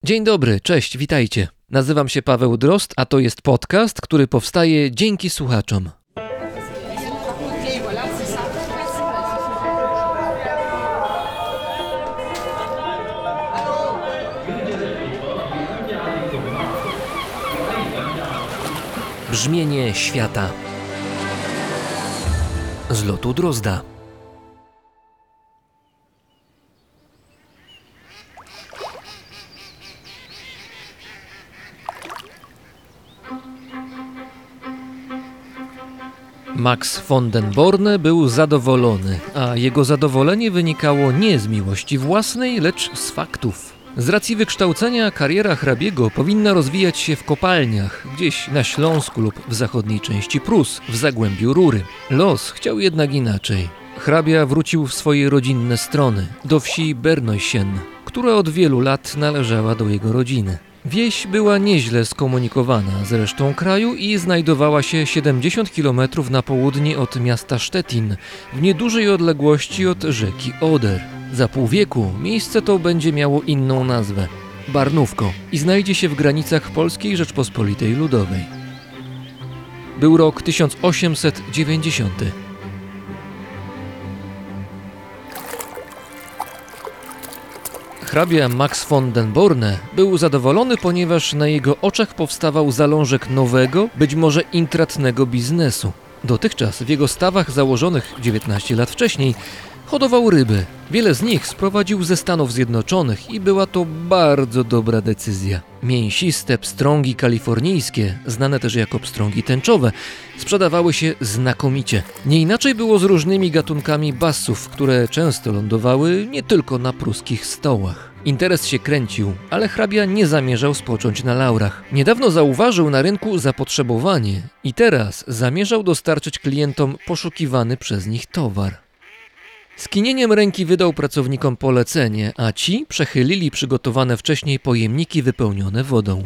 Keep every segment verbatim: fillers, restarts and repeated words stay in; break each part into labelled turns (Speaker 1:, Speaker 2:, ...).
Speaker 1: Dzień dobry, cześć, witajcie. Nazywam się Paweł Drozd, a to jest podcast, który powstaje dzięki słuchaczom. Brzmienie świata z lotu Drozda. Max von den Borne był zadowolony, a jego zadowolenie wynikało nie z miłości własnej, lecz z faktów. Z racji wykształcenia kariera hrabiego powinna rozwijać się w kopalniach, gdzieś na Śląsku lub w zachodniej części Prus, w zagłębiu Rury. Los chciał jednak inaczej. Hrabia wrócił w swoje rodzinne strony, do wsi Berneuchen, która od wielu lat należała do jego rodziny. Wieś była nieźle skomunikowana z resztą kraju i znajdowała się siedemdziesiąt kilometrów na południe od miasta Stettin, w niedużej odległości od rzeki Oder. Za pół wieku miejsce to będzie miało inną nazwę – Barnówko i znajdzie się w granicach Polskiej Rzeczpospolitej Ludowej. Był rok tysiąc osiemset dziewięćdziesiąty. Hrabia Max von den Borne był zadowolony, ponieważ na jego oczach powstawał zalążek nowego, być może intratnego biznesu. Dotychczas w jego stawach założonych dziewiętnaście lat wcześniej hodował ryby. Wiele z nich sprowadził ze Stanów Zjednoczonych i była to bardzo dobra decyzja. Mięsiste pstrągi kalifornijskie, znane też jako pstrągi tęczowe, sprzedawały się znakomicie. Nie inaczej było z różnymi gatunkami bassów, które często lądowały nie tylko na pruskich stołach. Interes się kręcił, ale hrabia nie zamierzał spocząć na laurach. Niedawno zauważył na rynku zapotrzebowanie i teraz zamierzał dostarczyć klientom poszukiwany przez nich towar. Skinieniem ręki wydał pracownikom polecenie, a ci przechylili przygotowane wcześniej pojemniki wypełnione wodą.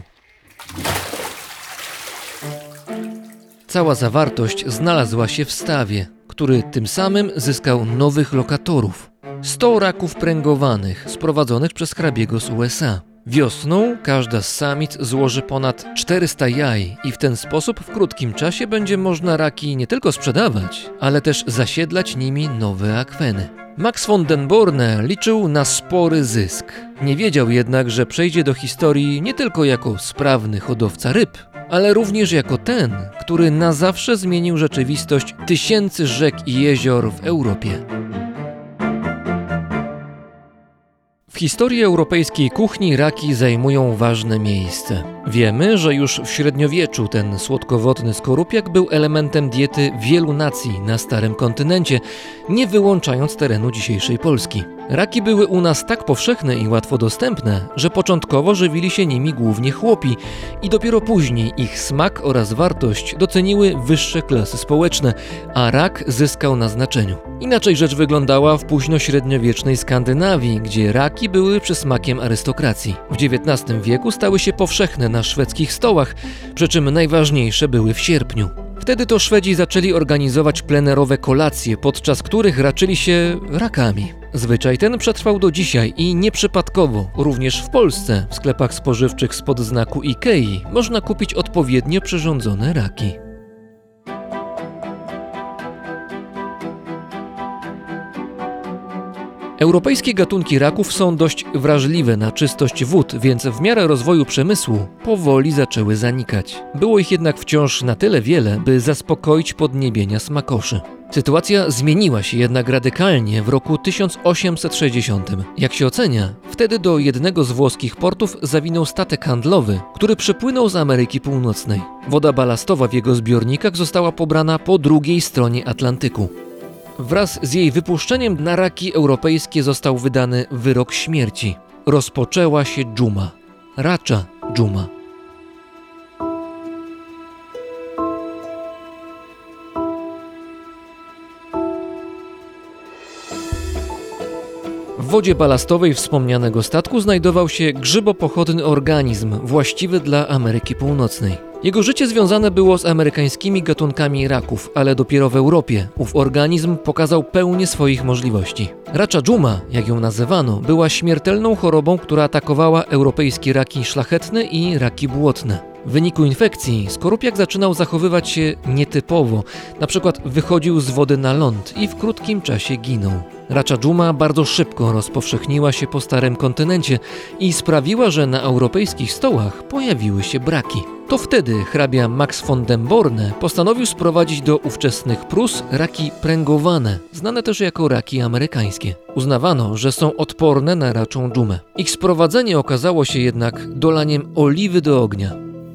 Speaker 1: Cała zawartość znalazła się w stawie, który tym samym zyskał nowych lokatorów. sto raków pręgowanych sprowadzonych przez hrabiego z U S A. Wiosną każda z samic złoży ponad czterysta jaj i w ten sposób w krótkim czasie będzie można raki nie tylko sprzedawać, ale też zasiedlać nimi nowe akweny. Max von den Borne liczył na spory zysk. Nie wiedział jednak, że przejdzie do historii nie tylko jako sprawny hodowca ryb, ale również jako ten, który na zawsze zmienił rzeczywistość tysięcy rzek i jezior w Europie. W historii europejskiej kuchni raki zajmują ważne miejsce. Wiemy, że już w średniowieczu ten słodkowodny skorupiak był elementem diety wielu nacji na starym kontynencie, nie wyłączając terenu dzisiejszej Polski. Raki były u nas tak powszechne i łatwo dostępne, że początkowo żywili się nimi głównie chłopi i dopiero później ich smak oraz wartość doceniły wyższe klasy społeczne, a rak zyskał na znaczeniu. Inaczej rzecz wyglądała w późnośredniowiecznej Skandynawii, gdzie raki były przysmakiem arystokracji. W dziewiętnastym wieku stały się powszechne na szwedzkich stołach, przy czym najważniejsze były w sierpniu. Wtedy to Szwedzi zaczęli organizować plenerowe kolacje, podczas których raczyli się rakami. Zwyczaj ten przetrwał do dzisiaj i nieprzypadkowo, również w Polsce, w sklepach spożywczych spod znaku Ikei można kupić odpowiednio przyrządzone raki. Europejskie gatunki raków są dość wrażliwe na czystość wód, więc w miarę rozwoju przemysłu powoli zaczęły zanikać. Było ich jednak wciąż na tyle wiele, by zaspokoić podniebienia smakoszy. Sytuacja zmieniła się jednak radykalnie w roku tysiąc osiemset sześćdziesiątym. Jak się ocenia, wtedy do jednego z włoskich portów zawinął statek handlowy, który przypłynął z Ameryki Północnej. Woda balastowa w jego zbiornikach została pobrana po drugiej stronie Atlantyku. Wraz z jej wypuszczeniem na raki europejskie został wydany wyrok śmierci. Rozpoczęła się dżuma. Racza dżuma. W wodzie balastowej wspomnianego statku znajdował się grzybopochodny organizm właściwy dla Ameryki Północnej. Jego życie związane było z amerykańskimi gatunkami raków, ale dopiero w Europie ów organizm pokazał pełnię swoich możliwości. Racza dżuma, jak ją nazywano, była śmiertelną chorobą, która atakowała europejskie raki szlachetne i raki błotne. W wyniku infekcji skorupiak zaczynał zachowywać się nietypowo, na przykład wychodził z wody na ląd i w krótkim czasie ginął. Racza dżuma bardzo szybko rozpowszechniła się po starym kontynencie i sprawiła, że na europejskich stołach pojawiły się braki. To wtedy hrabia Max von dem Borne postanowił sprowadzić do ówczesnych Prus raki pręgowane, znane też jako raki amerykańskie. Uznawano, że są odporne na raczą dżumę. Ich sprowadzenie okazało się jednak dolaniem oliwy do ognia.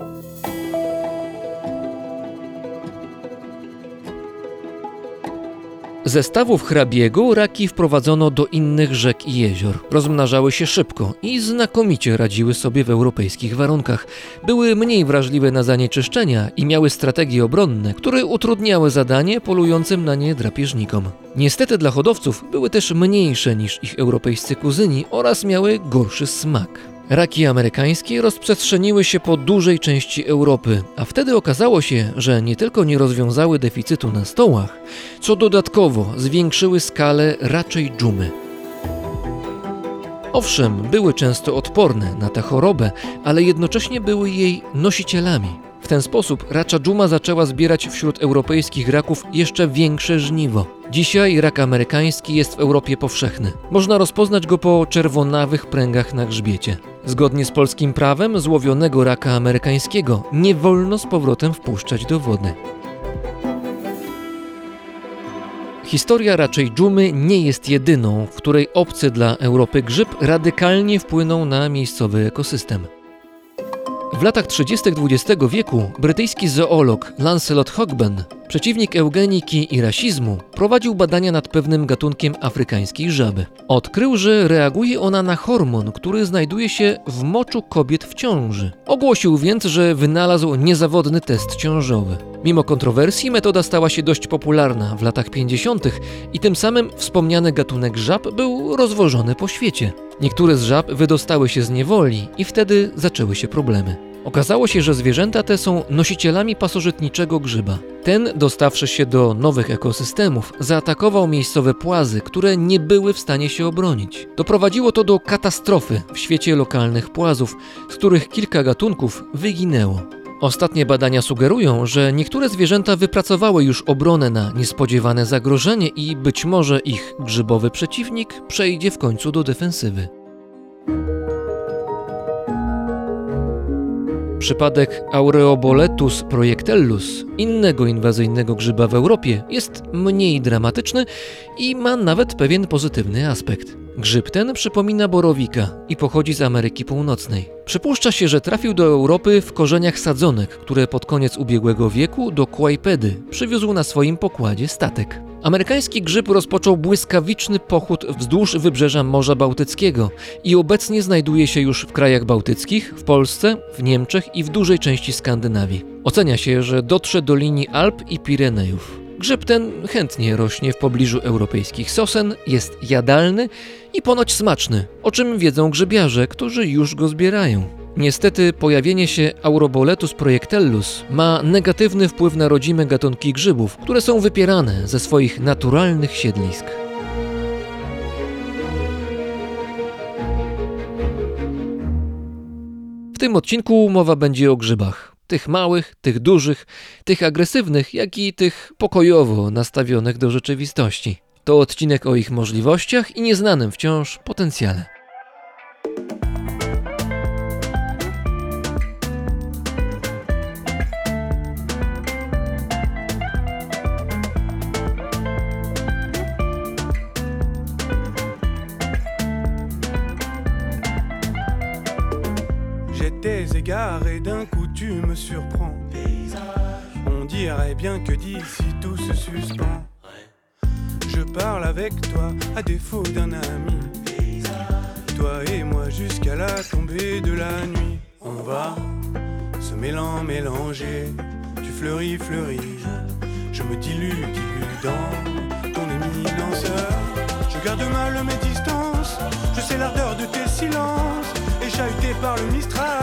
Speaker 1: Ze stawów hrabiego raki wprowadzono do innych rzek i jezior. Rozmnażały się szybko i znakomicie radziły sobie w europejskich warunkach. Były mniej wrażliwe na zanieczyszczenia i miały strategie obronne, które utrudniały zadanie polującym na nie drapieżnikom. Niestety dla hodowców były też mniejsze niż ich europejscy kuzyni oraz miały gorszy smak. Raki amerykańskie rozprzestrzeniły się po dużej części Europy, a wtedy okazało się, że nie tylko nie rozwiązały deficytu na stołach, co dodatkowo zwiększyły skalę raczej dżumy. Owszem, były często odporne na tę chorobę, ale jednocześnie były jej nosicielami. W ten sposób racza dżuma zaczęła zbierać wśród europejskich raków jeszcze większe żniwo. Dzisiaj rak amerykański jest w Europie powszechny. Można rozpoznać go po czerwonawych pręgach na grzbiecie. Zgodnie z polskim prawem złowionego raka amerykańskiego nie wolno z powrotem wpuszczać do wody. Historia raczej dżumy nie jest jedyną, w której obcy dla Europy grzyb radykalnie wpłynął na miejscowy ekosystem. W latach trzydziestych dwudziestego wieku brytyjski zoolog Lancelot Hogben, przeciwnik eugeniki i rasizmu, prowadził badania nad pewnym gatunkiem afrykańskiej żaby. Odkrył, że reaguje ona na hormon, który znajduje się w moczu kobiet w ciąży. Ogłosił więc, że wynalazł niezawodny test ciążowy. Mimo kontrowersji metoda stała się dość popularna w latach pięćdziesiątych i tym samym wspomniany gatunek żab był rozwożony po świecie. Niektóre z żab wydostały się z niewoli i wtedy zaczęły się problemy. Okazało się, że zwierzęta te są nosicielami pasożytniczego grzyba. Ten, dostawszy się do nowych ekosystemów, zaatakował miejscowe płazy, które nie były w stanie się obronić. Doprowadziło to do katastrofy w świecie lokalnych płazów, z których kilka gatunków wyginęło. Ostatnie badania sugerują, że niektóre zwierzęta wypracowały już obronę na niespodziewane zagrożenie i być może ich grzybowy przeciwnik przejdzie w końcu do defensywy. Przypadek Aureoboletus projectellus, innego inwazyjnego grzyba w Europie, jest mniej dramatyczny i ma nawet pewien pozytywny aspekt. Grzyb ten przypomina borowika i pochodzi z Ameryki Północnej. Przypuszcza się, że trafił do Europy w korzeniach sadzonek, które pod koniec ubiegłego wieku do Kłajpedy przywiózł na swoim pokładzie statek. Amerykański grzyb rozpoczął błyskawiczny pochód wzdłuż wybrzeża Morza Bałtyckiego i obecnie znajduje się już w krajach bałtyckich, w Polsce, w Niemczech i w dużej części Skandynawii. Ocenia się, że dotrze do linii Alp i Pirenejów. Grzyb ten chętnie rośnie w pobliżu europejskich sosen, jest jadalny i ponoć smaczny, o czym wiedzą grzybiarze, którzy już go zbierają. Niestety pojawienie się Aureoboletus projectellus ma negatywny wpływ na rodzime gatunki grzybów, które są wypierane ze swoich naturalnych siedlisk. W tym odcinku mowa będzie o grzybach. Tych małych, tych dużych, tych agresywnych, jak i tych pokojowo nastawionych do rzeczywistości. To odcinek o ich możliwościach i nieznanym wciąż potencjale.
Speaker 2: J'étais égaré, d'un coup tu me surprends. On dirait bien que d'ici tout se suspend. Je parle avec toi à défaut d'un ami. Toi et moi jusqu'à la tombée de la nuit. On va se mêlant, mélanger. Tu fleuris, fleuris. Je me dilue, dilue dans ton éminence. Je garde mal mes distances. Je sais l'ardeur de tes silences. Et chahuté par le Mistral,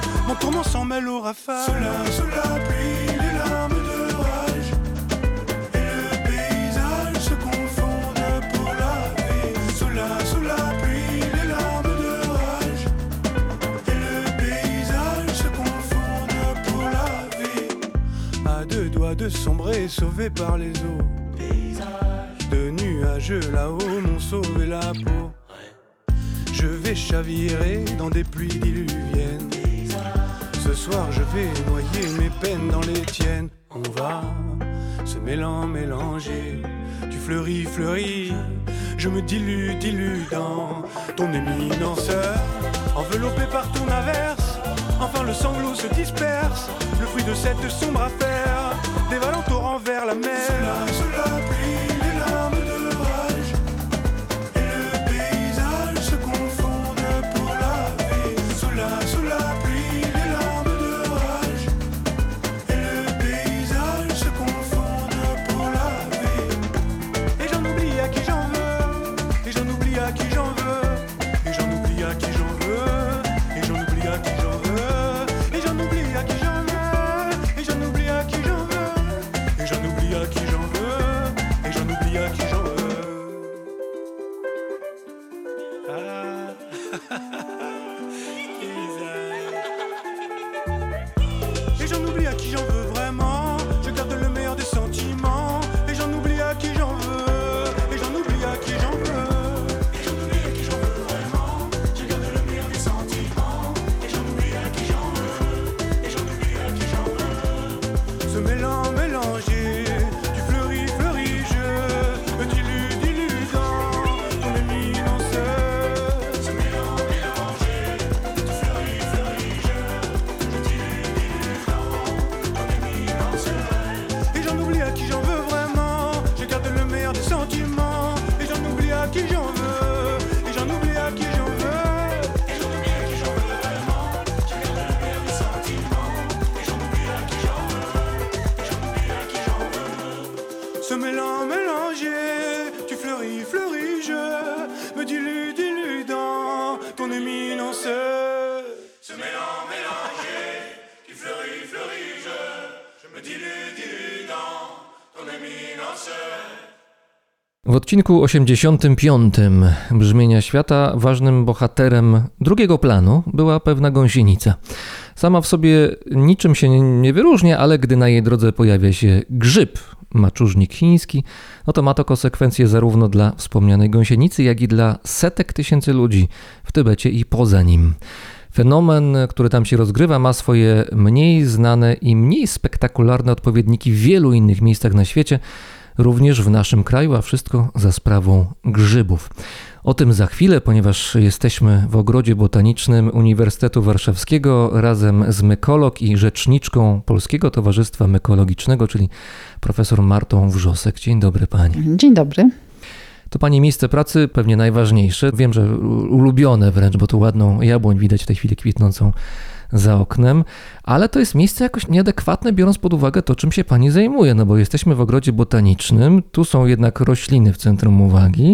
Speaker 2: mon tourment s'en mêle au rafale. Sous la, sous la pluie, les larmes de rage, et le paysage se confondent pour laver. Sous la, sous la pluie, les larmes de rage, et le paysage se confondent pour laver. À deux doigts de sombrer, sauvé par les eaux, de nuages là-haut m'ont sauvé la peau. Je vais chavirer dans des pluies diluviennes. Ce soir je vais noyer mes peines dans les tiennes. On va se mêlant, mélanger. Tu fleuris, fleuris, je me dilue, dilue dans ton éminence. Enveloppé par ton averse, enfin le sanglot se disperse. Le fruit de cette sombre affaire, dévalant au torrent vers la mer. Sous la, sous la pluie, les larmes de rage, et le paysage se confondent pour laver. Sous la, sous la pluie, les larmes de rage, et le paysage se confondent pour laver. Et j'en oublie à qui j'en veux, et j'en oublie à qui j'en veux, et j'en oublie à qui j'en veux, et j'en oublie à qui j'en veux, et j'en oublie à qui j'en veux, et j'en oublie à qui j'en veux, et j'en oublie à qui j'en veux, et j'en oublie à qui j'en veux. Ah. Et j'en oublie à qui j'en veux vraiment. Je garde le meilleur des sentiments. Et j'en oublie à qui j'en veux. Et j'en oublie à qui j'en veux. Et j'en oublie à qui j'en veux vraiment. Je garde le meilleur des sentiments. Et j'en oublie à qui j'en veux. Et j'en oublie à qui j'en veux. Ce mélange mélangé, tu fleuris, fleuris, je me dilue, dilue dans ton éminence. Ce mélange mélangé, tu fleuris, fleuris, je me dilue, dilue dans ton éminence. Et j'en oublie à qui j'en veux vraiment. Je garde le meilleur des sentiments. Et j'en oublie à qui j'en veux. Et j'en oublie à qui j'en veux. Et j'en oublie à qui j'en veux vraiment. Je garde le meilleur des sentiments. Et j'en oublie à qui j'en veux. Et j'en oublie à qui j'en veux. Ce mélange mélangé, tu fleuris, fleuris, je me dilue, dilue dans ton éminence. Ce mélange mélangé, tu fleuris, fleuris, je, je me dilue, dilue dans ton éminence.
Speaker 1: W odcinku osiemdziesiątym piątym Brzmienia Świata ważnym bohaterem drugiego planu była pewna gąsienica. Sama w sobie niczym się nie wyróżnia, ale gdy na jej drodze pojawia się grzyb, maczużnik chiński, no to ma to konsekwencje zarówno dla wspomnianej gąsienicy, jak i dla setek tysięcy ludzi w Tybecie i poza nim. Fenomen, który tam się rozgrywa, ma swoje mniej znane i mniej spektakularne odpowiedniki w wielu innych miejscach na świecie, również w naszym kraju, a wszystko za sprawą grzybów. O tym za chwilę, ponieważ jesteśmy w ogrodzie botanicznym Uniwersytetu Warszawskiego razem z mykolog i rzeczniczką Polskiego Towarzystwa Mykologicznego, czyli profesor Martą Wrzosek. Dzień dobry pani.
Speaker 3: Dzień dobry.
Speaker 1: To pani miejsce pracy pewnie najważniejsze. Wiem, że ulubione wręcz, bo tu ładną jabłoń widać w tej chwili kwitnącą za oknem, ale to jest miejsce jakoś nieadekwatne, biorąc pod uwagę to, czym się pani zajmuje, no bo jesteśmy w ogrodzie botanicznym, tu są jednak rośliny w centrum uwagi,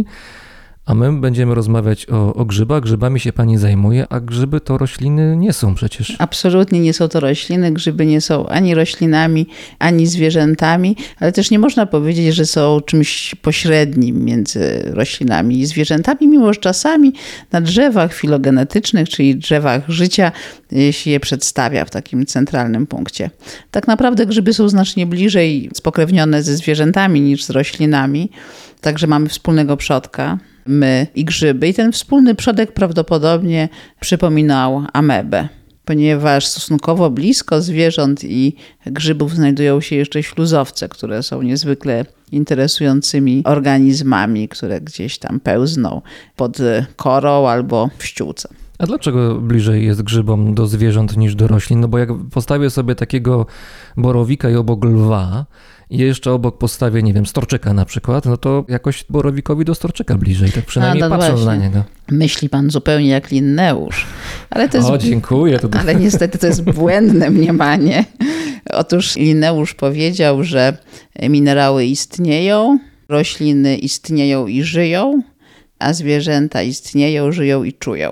Speaker 1: a my będziemy rozmawiać o, o grzybach. Grzybami się pani zajmuje, a grzyby to rośliny nie są przecież.
Speaker 3: Absolutnie nie są to rośliny. Grzyby nie są ani roślinami, ani zwierzętami, ale też nie można powiedzieć, że są czymś pośrednim między roślinami i zwierzętami, mimo że czasami na drzewach filogenetycznych, czyli drzewach życia, się je przedstawia w takim centralnym punkcie. Tak naprawdę grzyby są znacznie bliżej spokrewnione ze zwierzętami niż z roślinami, także mamy wspólnego przodka. My i grzyby. I ten wspólny przodek prawdopodobnie przypominał amebę, ponieważ stosunkowo blisko zwierząt i grzybów znajdują się jeszcze śluzowce, które są niezwykle interesującymi organizmami, które gdzieś tam pełzną pod korą albo w ściółce.
Speaker 1: A dlaczego bliżej jest grzybom do zwierząt niż do roślin? No bo jak postawię sobie takiego borowika i obok lwa, i jeszcze obok postawię, nie wiem, storczyka na przykład, no to jakoś borowikowi do storczyka bliżej, tak przynajmniej
Speaker 3: A, no
Speaker 1: patrząc
Speaker 3: właśnie.
Speaker 1: na niego.
Speaker 3: Myśli pan zupełnie jak Linneusz. Ale to jest,
Speaker 1: o, dziękuję. To...
Speaker 3: Ale niestety to jest błędne mniemanie. Otóż Linneusz powiedział, że minerały istnieją, rośliny istnieją i żyją, a zwierzęta istnieją, żyją i czują.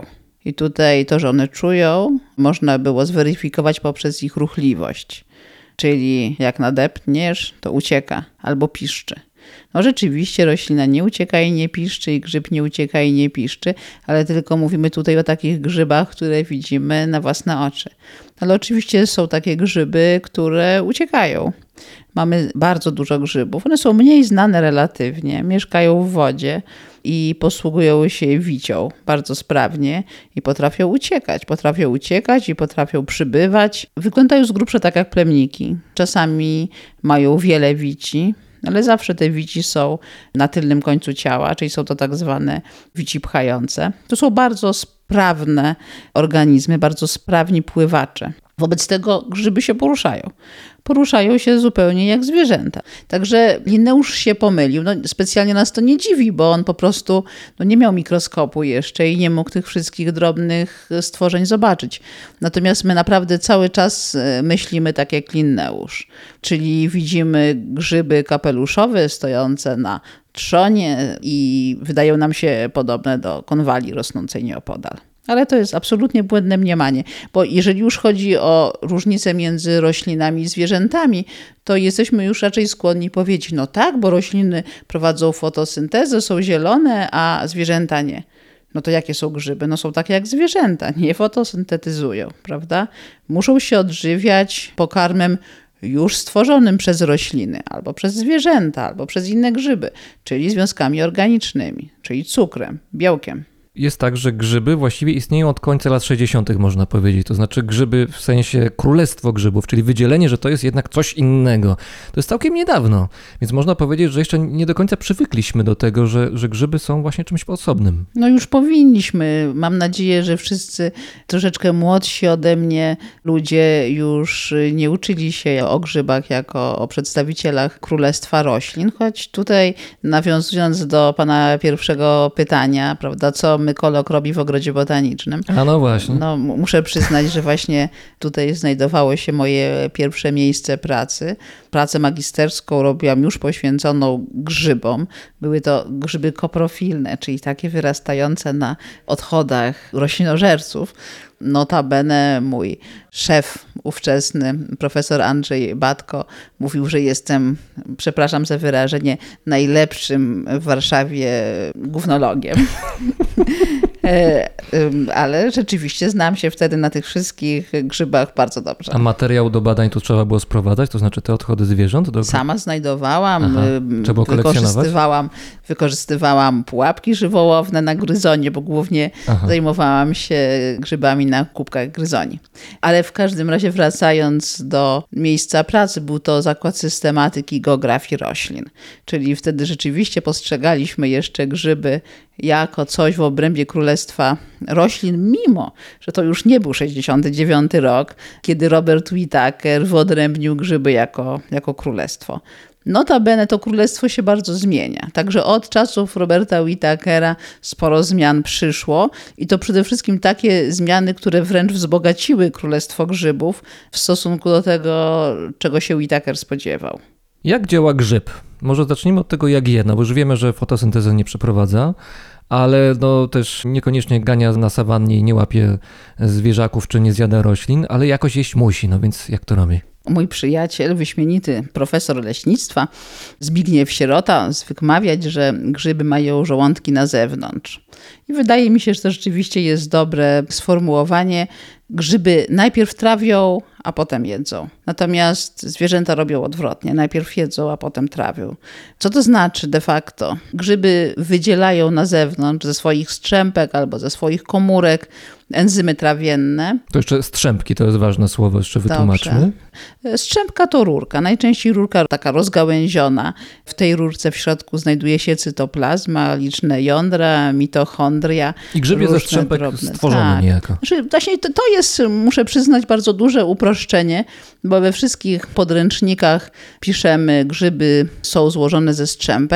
Speaker 3: I tutaj to, że one czują, można było zweryfikować poprzez ich ruchliwość. Czyli jak nadepniesz, to ucieka albo piszczy. No rzeczywiście roślina nie ucieka i nie piszczy i grzyb nie ucieka i nie piszczy, ale tylko mówimy tutaj o takich grzybach, które widzimy na własne oczy. Ale oczywiście są takie grzyby, które uciekają. Mamy bardzo dużo grzybów. One są mniej znane relatywnie, mieszkają w wodzie i posługują się wicią bardzo sprawnie i potrafią uciekać. Potrafią uciekać i potrafią przybywać. Wyglądają z grubsza tak jak plemniki. Czasami mają wiele wici, ale zawsze te wici są na tylnym końcu ciała, czyli są to tak zwane wici pchające. To są bardzo sprawne organizmy, bardzo sprawni pływacze. Wobec tego grzyby się poruszają. Poruszają się zupełnie jak zwierzęta. Także Linneusz się pomylił. No, specjalnie nas to nie dziwi, bo on po prostu no, nie miał mikroskopu jeszcze i nie mógł tych wszystkich drobnych stworzeń zobaczyć. Natomiast my naprawdę cały czas myślimy tak jak Linneusz. Czyli widzimy grzyby kapeluszowe stojące na trzonie i wydają nam się podobne do konwali rosnącej nieopodal. Ale to jest absolutnie błędne mniemanie, bo jeżeli już chodzi o różnicę między roślinami i zwierzętami, to jesteśmy już raczej skłonni powiedzieć, no tak, bo rośliny prowadzą fotosyntezę, są zielone, a zwierzęta nie. No to jakie są grzyby? No są takie jak zwierzęta, nie fotosyntetyzują, prawda? Muszą się odżywiać pokarmem już stworzonym przez rośliny, albo przez zwierzęta, albo przez inne grzyby, czyli związkami organicznymi, czyli cukrem, białkiem.
Speaker 1: Jest tak, że grzyby właściwie istnieją od końca lat sześćdziesiątych, można powiedzieć. To znaczy grzyby w sensie królestwo grzybów, czyli wydzielenie, że to jest jednak coś innego. To jest całkiem niedawno, więc można powiedzieć, że jeszcze nie do końca przywykliśmy do tego, że, że grzyby są właśnie czymś osobnym.
Speaker 3: No już powinniśmy. Mam nadzieję, że wszyscy troszeczkę młodsi ode mnie ludzie już nie uczyli się o grzybach jako o przedstawicielach królestwa roślin, choć tutaj nawiązując do pana pierwszego pytania, prawda, co mykolog robi w ogrodzie botanicznym.
Speaker 1: A no właśnie.
Speaker 3: No, muszę przyznać, że właśnie tutaj znajdowało się moje pierwsze miejsce pracy. Pracę magisterską robiłam już poświęconą grzybom. Były to grzyby koprofilne, czyli takie wyrastające na odchodach roślinożerców. Notabene mój szef ówczesny, profesor Andrzej Batko, mówił, że jestem, przepraszam za wyrażenie, najlepszym w Warszawie gównologiem. Ale rzeczywiście znam się wtedy na tych wszystkich grzybach bardzo dobrze.
Speaker 1: A materiał do badań tu trzeba było sprowadzać? To znaczy te odchody zwierząt? Do...
Speaker 3: Sama znajdowałam,
Speaker 1: Aha. Trzeba było
Speaker 3: wykorzystywałam, wykorzystywałam pułapki żywołowne na gryzonie, bo głównie Aha. zajmowałam się grzybami na kubkach gryzoni. Ale w każdym razie wracając do miejsca pracy, był to zakład systematyki i geografii roślin. Czyli wtedy rzeczywiście postrzegaliśmy jeszcze grzyby jako coś w obrębie królestwa roślin, mimo że to już nie był sześćdziesiąty dziewiąty rok, kiedy Robert Whittaker wyodrębnił grzyby jako, jako królestwo. Notabene to królestwo się bardzo zmienia. Także od czasów Roberta Whittakera sporo zmian przyszło i to przede wszystkim takie zmiany, które wręcz wzbogaciły królestwo grzybów w stosunku do tego, czego się Whittaker spodziewał.
Speaker 1: Jak działa grzyb? Może zacznijmy od tego, jak je, no bo już wiemy, że fotosyntezę nie przeprowadza, ale no też niekoniecznie gania na sawannie i nie łapie zwierzaków czy nie zjada roślin, ale jakoś jeść musi, no więc jak to robi?
Speaker 3: Mój przyjaciel, wyśmienity profesor leśnictwa Zbigniew Sierota zwykł mawiać, że grzyby mają żołądki na zewnątrz. I wydaje mi się, że to rzeczywiście jest dobre sformułowanie. Grzyby najpierw trawią, a potem jedzą. Natomiast zwierzęta robią odwrotnie. Najpierw jedzą, a potem trawią. Co to znaczy de facto? Grzyby wydzielają na zewnątrz ze swoich strzępek albo ze swoich komórek enzymy trawienne.
Speaker 1: To jeszcze strzępki, to jest ważne słowo, jeszcze wytłumaczmy.
Speaker 3: Dobrze. Strzępka to rurka, najczęściej rurka taka rozgałęziona. W tej rurce w środku znajduje się cytoplazma, liczne jądra, mitochondria.
Speaker 1: I grzyb jest ze strzępek drobne. Stworzony tak. niejako.
Speaker 3: Właśnie to, to jest, muszę przyznać, bardzo duże uproszczenie, bo we wszystkich podręcznikach piszemy, grzyby są złożone ze strzępek,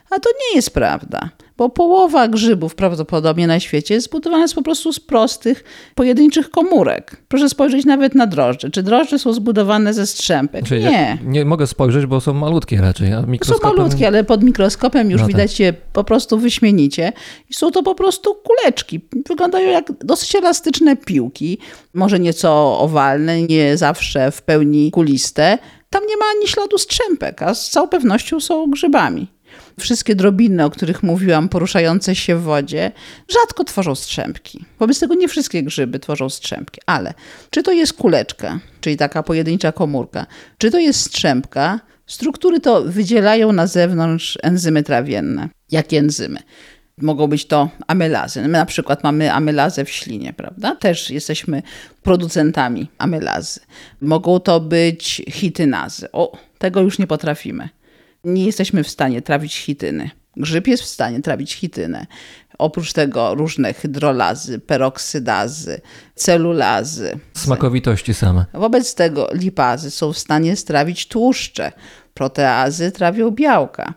Speaker 3: A to nie jest prawda, bo połowa grzybów prawdopodobnie na świecie jest zbudowana z po prostu z prostych, pojedynczych komórek. Proszę spojrzeć nawet na drożdże. Czy drożdże są zbudowane ze strzępek?
Speaker 1: Czyli
Speaker 3: Nie.
Speaker 1: Nie mogę spojrzeć, bo są malutkie raczej. A mikroskopem...
Speaker 3: Są malutkie, ale pod mikroskopem już
Speaker 1: no
Speaker 3: widać
Speaker 1: tak.
Speaker 3: je po prostu wyśmienicie. I są to po prostu kuleczki. Wyglądają jak dosyć elastyczne piłki. Może nieco owalne, nie zawsze w pełni kuliste. Tam nie ma ani śladu strzępek, a z całą pewnością są grzybami. Wszystkie drobiny, o których mówiłam, poruszające się w wodzie, rzadko tworzą strzępki. Wobec tego nie wszystkie grzyby tworzą strzępki. Ale czy to jest kuleczka, czyli taka pojedyncza komórka, czy to jest strzępka, struktury to wydzielają na zewnątrz enzymy trawienne. Jakie enzymy? Mogą być to amylazy. My na przykład mamy amylazę w ślinie, prawda? Też jesteśmy producentami amylazy. Mogą to być chitynazy. O, tego już nie potrafimy. Nie jesteśmy w stanie trawić chityny. Grzyb jest w stanie trawić chitynę. Oprócz tego różne hydrolazy, peroksydazy, celulazy.
Speaker 1: Smakowitości same.
Speaker 3: Wobec tego lipazy są w stanie strawić tłuszcze. Proteazy trawią białka.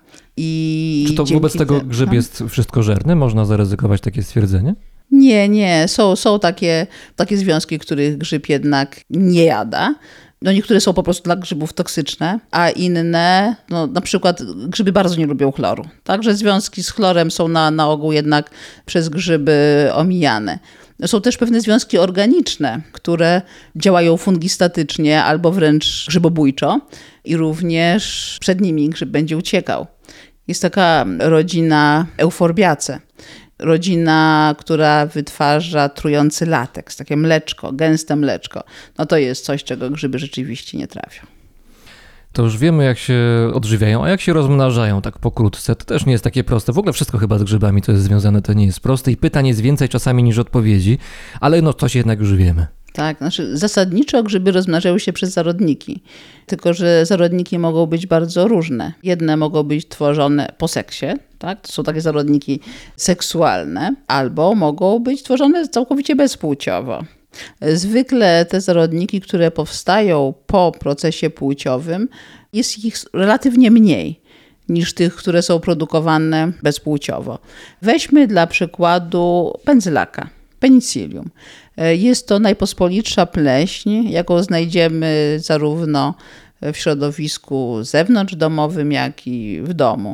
Speaker 3: I
Speaker 1: Czy to wobec tego grzyb
Speaker 3: temu...
Speaker 1: jest wszystkożerny? Można zaryzykować takie stwierdzenie?
Speaker 3: Nie, nie. Są, są takie, takie związki, których grzyb jednak nie jada. No niektóre są po prostu dla grzybów toksyczne, a inne, no na przykład grzyby bardzo nie lubią chloru. Także związki z chlorem są na, na ogół jednak przez grzyby omijane. Są też pewne związki organiczne, które działają fungistatycznie albo wręcz grzybobójczo i również przed nimi grzyb będzie uciekał. Jest taka rodzina Euphorbiaceae. Rodzina, która wytwarza trujący lateks, takie mleczko, gęste mleczko. No to jest coś, czego grzyby rzeczywiście nie trafią.
Speaker 1: To już wiemy, jak się odżywiają, a jak się rozmnażają tak pokrótce. To też nie jest takie proste. W ogóle wszystko chyba z grzybami, to jest związane, to nie jest proste i pytań jest więcej czasami niż odpowiedzi, ale no coś jednak już wiemy.
Speaker 3: Tak, znaczy zasadniczo grzyby rozmnażają się przez zarodniki, tylko że zarodniki mogą być bardzo różne. Jedne mogą być tworzone po seksie, tak? To są takie zarodniki seksualne, albo mogą być tworzone całkowicie bezpłciowo. Zwykle te zarodniki, które powstają po procesie płciowym, jest ich relatywnie mniej niż tych, które są produkowane bezpłciowo. Weźmy dla przykładu pędzylaka, penicillium. Jest to najpospolitsza pleśń, jaką znajdziemy zarówno w środowisku zewnątrzdomowym, jak i w domu.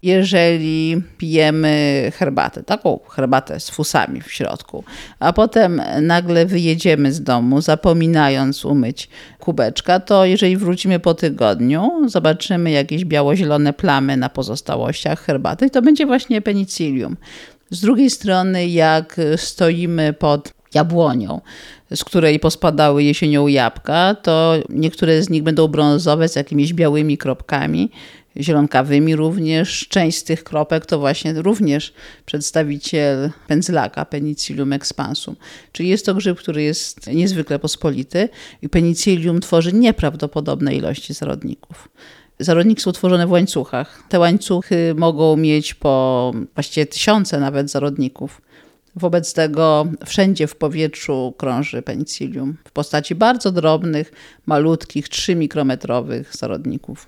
Speaker 3: Jeżeli pijemy herbatę, taką herbatę z fusami w środku, a potem nagle wyjedziemy z domu, zapominając umyć kubeczka, to jeżeli wrócimy po tygodniu, zobaczymy jakieś biało-zielone plamy na pozostałościach herbaty, to będzie właśnie penicillium. Z drugiej strony, jak stoimy pod jabłonią, z której pospadały jesienią jabłka, to niektóre z nich będą brązowe z jakimiś białymi kropkami, zielonkawymi również. Część z tych kropek to właśnie również przedstawiciel pędzlaka, Penicillium expansum. Czyli jest to grzyb, który jest niezwykle pospolity i penicillium tworzy nieprawdopodobne ilości zarodników. Zarodniki są tworzone w łańcuchach. Te łańcuchy mogą mieć po właściwie tysiące nawet zarodników. Wobec tego wszędzie w powietrzu krąży penicillium w postaci bardzo drobnych, malutkich, trzymikrometrowych zarodników.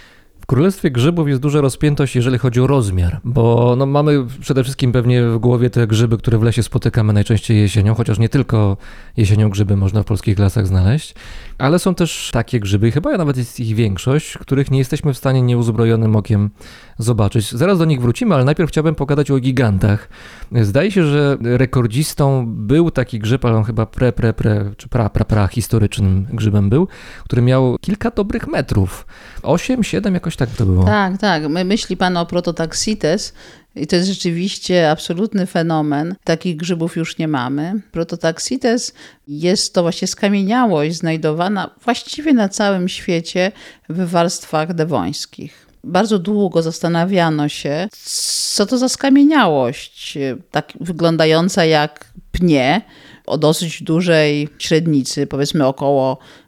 Speaker 1: W królestwie grzybów jest duża rozpiętość, jeżeli chodzi o rozmiar, bo no, mamy przede wszystkim pewnie w głowie te grzyby, które w lesie spotykamy najczęściej jesienią, chociaż nie tylko jesienią grzyby można w polskich lasach znaleźć, ale są też takie grzyby, i chyba nawet jest ich większość, których nie jesteśmy w stanie nieuzbrojonym okiem zobaczyć. Zaraz do nich wrócimy, ale najpierw chciałbym pogadać o gigantach. Zdaje się, że rekordzistą był taki grzyb, ale on chyba pre, pre, pre, czy pra, pra, pra historycznym grzybem był, który miał kilka dobrych metrów. Osiem, siedem, jakoś tak to było.
Speaker 3: Tak, tak. My myśli pan o Prototaxites i to jest rzeczywiście absolutny fenomen. Takich grzybów już nie mamy. Prototaxites jest to właśnie skamieniałość znajdowana właściwie na całym świecie w warstwach dewońskich. Bardzo długo zastanawiano się, co to za skamieniałość, tak wyglądająca jak pnie, o dosyć dużej średnicy, powiedzmy około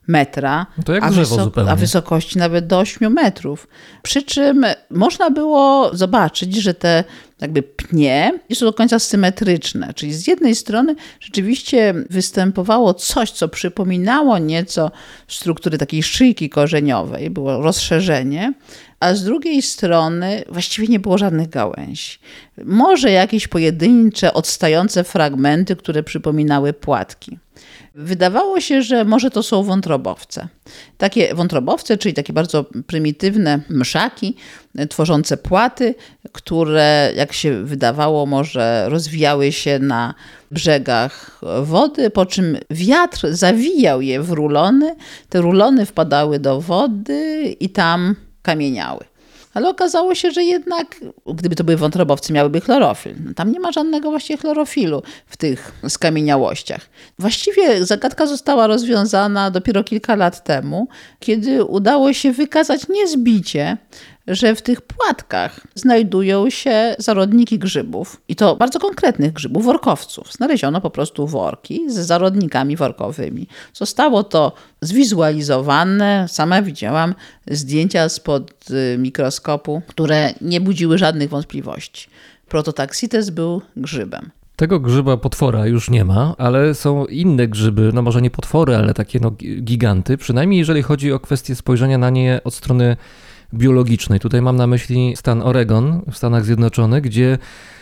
Speaker 3: metra,
Speaker 1: To jak
Speaker 3: a,
Speaker 1: drzewo
Speaker 3: wysok-
Speaker 1: zupełnie.
Speaker 3: a wysokości nawet do ośmiu metrów. Przy czym można było zobaczyć, że te jakby pnie nie są do końca symetryczne. Czyli z jednej strony rzeczywiście występowało coś, co przypominało nieco struktury takiej szyjki korzeniowej, było rozszerzenie, a z drugiej strony właściwie nie było żadnych gałęzi. Może jakieś pojedyncze, odstające fragmenty, które przypominały płatki. Wydawało się, że może to są wątrobowce. Takie wątrobowce, czyli takie bardzo prymitywne mszaki tworzące płaty, które, jak się wydawało, może rozwijały się na brzegach wody, po czym wiatr zawijał je w rulony. Te rulony wpadały do wody i tam kamieniały. Ale okazało się, że jednak, gdyby to były wątrobowce, miałyby chlorofil. No tam nie ma żadnego właśnie chlorofilu w tych skamieniałościach. Właściwie zagadka została rozwiązana dopiero kilka lat temu, kiedy udało się wykazać niezbicie, że w tych płatkach znajdują się zarodniki grzybów. I to bardzo konkretnych grzybów, workowców. Znaleziono po prostu worki z zarodnikami workowymi. Zostało to zwizualizowane. Sama widziałam zdjęcia spod mikroskopu, które nie budziły żadnych wątpliwości. Prototaxites był grzybem.
Speaker 1: Tego grzyba potwora już nie ma, ale są inne grzyby, no może nie potwory, ale takie no giganty, przynajmniej jeżeli chodzi o kwestię spojrzenia na nie od strony biologicznej. Tutaj mam na myśli stan Oregon w Stanach Zjednoczonych, gdzie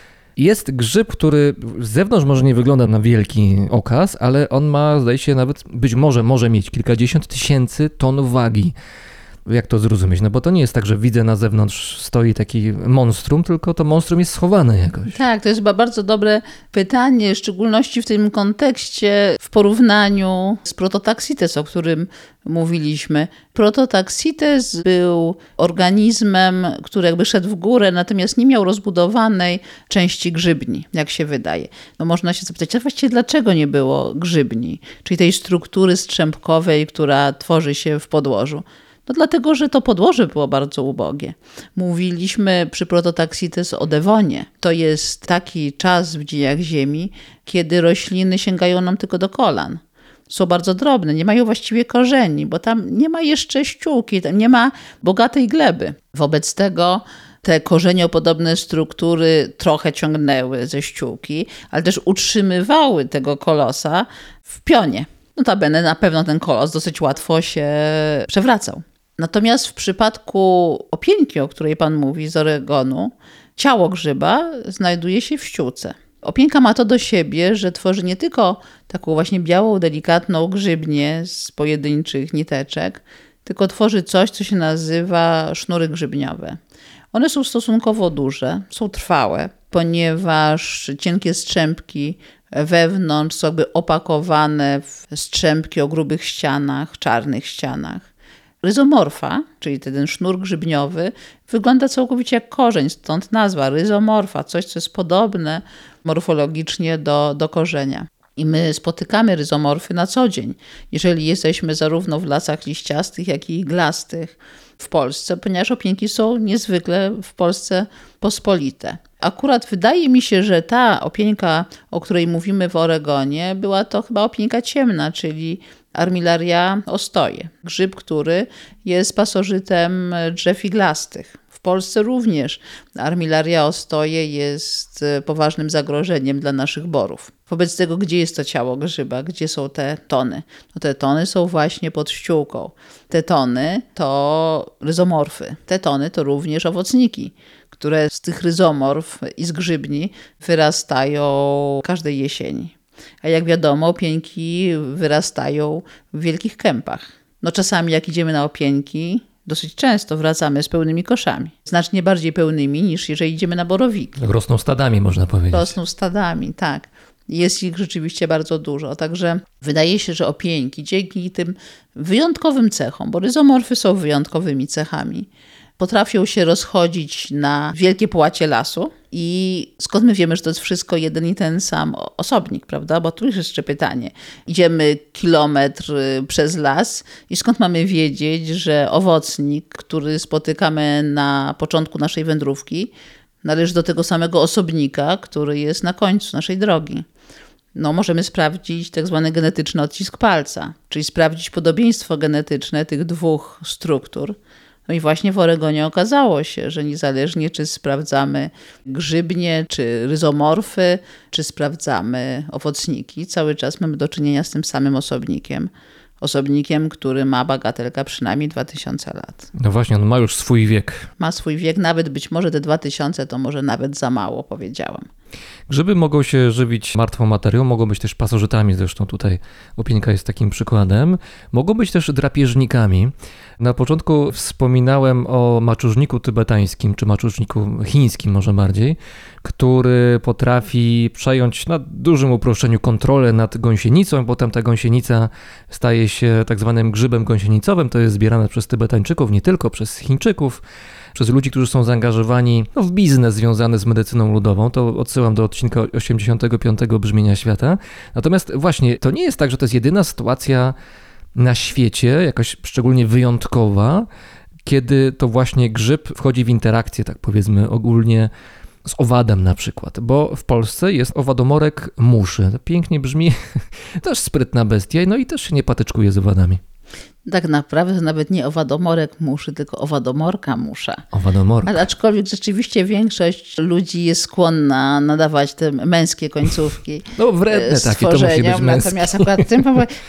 Speaker 1: jest grzyb, który z zewnątrz może nie wygląda na wielki okaz, ale on ma, zdaje się, nawet być może może mieć kilkadziesiąt tysięcy ton wagi. Jak to zrozumieć? No bo to nie jest tak, że widzę na zewnątrz stoi taki monstrum, tylko to monstrum jest schowane jakoś.
Speaker 3: Tak, to jest chyba bardzo dobre pytanie, w szczególności w tym kontekście, w porównaniu z Prototaxites, o którym mówiliśmy. Prototaxites był organizmem, który jakby szedł w górę, natomiast nie miał rozbudowanej części grzybni, jak się wydaje. No można się zapytać, a właściwie dlaczego nie było grzybni, czyli tej struktury strzępkowej, która tworzy się w podłożu. No dlatego, że to podłoże było bardzo ubogie. Mówiliśmy przy Prototaxites o Devonie. To jest taki czas w dziejach Ziemi, kiedy rośliny sięgają nam tylko do kolan. Są bardzo drobne, nie mają właściwie korzeni, bo tam nie ma jeszcze ściółki, tam nie ma bogatej gleby. Wobec tego te korzeniopodobne struktury trochę ciągnęły ze ściółki, ale też utrzymywały tego kolosa w pionie. Notabene na pewno ten kolos dosyć łatwo się przewracał. Natomiast w przypadku opieńki, o której pan mówi, z Oregonu, ciało grzyba znajduje się w ściółce. Opięka ma to do siebie, że tworzy nie tylko taką właśnie białą, delikatną grzybnię z pojedynczych niteczek, tylko tworzy coś, co się nazywa sznury grzybniowe. One są stosunkowo duże, są trwałe, ponieważ cienkie strzępki wewnątrz są jakby opakowane w strzępki o grubych ścianach, czarnych ścianach. Ryzomorfa, czyli ten sznur grzybniowy, wygląda całkowicie jak korzeń, stąd nazwa ryzomorfa, coś, co jest podobne morfologicznie do, do korzenia. I my spotykamy ryzomorfy na co dzień, jeżeli jesteśmy zarówno w lasach liściastych, jak i iglastych w Polsce, ponieważ opieńki są niezwykle w Polsce pospolite. Akurat wydaje mi się, że ta opieńka, o której mówimy w Oregonie, była to chyba opieńka ciemna, czyli Armillaria ostoje. Grzyb, który jest pasożytem drzew iglastych. W Polsce również Armillaria ostoje jest poważnym zagrożeniem dla naszych borów. Wobec tego, gdzie jest to ciało grzyba, gdzie są te tony? No te tony są właśnie pod ściółką. Te tony to ryzomorfy. Te tony to również owocniki, które z tych ryzomorf i z grzybni wyrastają każdej jesieni. A jak wiadomo, opieńki wyrastają w wielkich kępach. No czasami jak idziemy na opieńki, dosyć często wracamy z pełnymi koszami. Znacznie bardziej pełnymi niż jeżeli idziemy na borowiki.
Speaker 1: Rosną stadami, można powiedzieć.
Speaker 3: Rosną stadami, tak. Jest ich rzeczywiście bardzo dużo. Także wydaje się, że opieńki dzięki tym wyjątkowym cechom, bo ryzomorfy są wyjątkowymi cechami, potrafią się rozchodzić na wielkie połacie lasu. I skąd my wiemy, że to jest wszystko jeden i ten sam osobnik, prawda? Bo tu jest jeszcze pytanie. Idziemy kilometr przez las i skąd mamy wiedzieć, że owocnik, który spotykamy na początku naszej wędrówki, należy do tego samego osobnika, który jest na końcu naszej drogi. No, możemy sprawdzić tak zwany genetyczny odcisk palca, czyli sprawdzić podobieństwo genetyczne tych dwóch struktur. No i właśnie w Oregonie okazało się, że niezależnie czy sprawdzamy grzybnie, czy ryzomorfy, czy sprawdzamy owocniki, cały czas mamy do czynienia z tym samym osobnikiem. Osobnikiem, który ma bagatelka przynajmniej dwa tysiące lat.
Speaker 1: No właśnie, on ma już swój wiek.
Speaker 3: Ma swój wiek, nawet być może te dwa tysiące to może nawet za mało, powiedziałam.
Speaker 1: Grzyby mogą się żywić martwą materią, mogą być też pasożytami, zresztą tutaj opieńka jest takim przykładem. Mogą być też drapieżnikami. Na początku wspominałem o maczużniku tybetańskim, czy maczużniku chińskim może bardziej, który potrafi przejąć na dużym uproszczeniu kontrolę nad gąsienicą, potem ta gąsienica staje się tak zwanym grzybem gąsienicowym, to jest zbierane przez Tybetańczyków, nie tylko przez Chińczyków, przez ludzi, którzy są zaangażowani no, w biznes związany z medycyną ludową. To odsyłam do odcinka osiemdziesiątego piątego Brzmienia Świata. Natomiast właśnie to nie jest tak, że to jest jedyna sytuacja na świecie, jakaś szczególnie wyjątkowa, kiedy to właśnie grzyb wchodzi w interakcję, tak powiedzmy ogólnie, z owadem na przykład, bo w Polsce jest owadomorek muszy. To pięknie brzmi, też sprytna bestia, no i też się nie patyczkuje z owadami.
Speaker 3: Tak naprawdę to nawet nie owadomorek muszy, tylko owadomorka musza.
Speaker 1: Owadomorka.
Speaker 3: Ale aczkolwiek rzeczywiście większość ludzi jest skłonna nadawać te męskie końcówki.
Speaker 1: No wredne takie, to musi być męskie.
Speaker 3: Natomiast akurat ten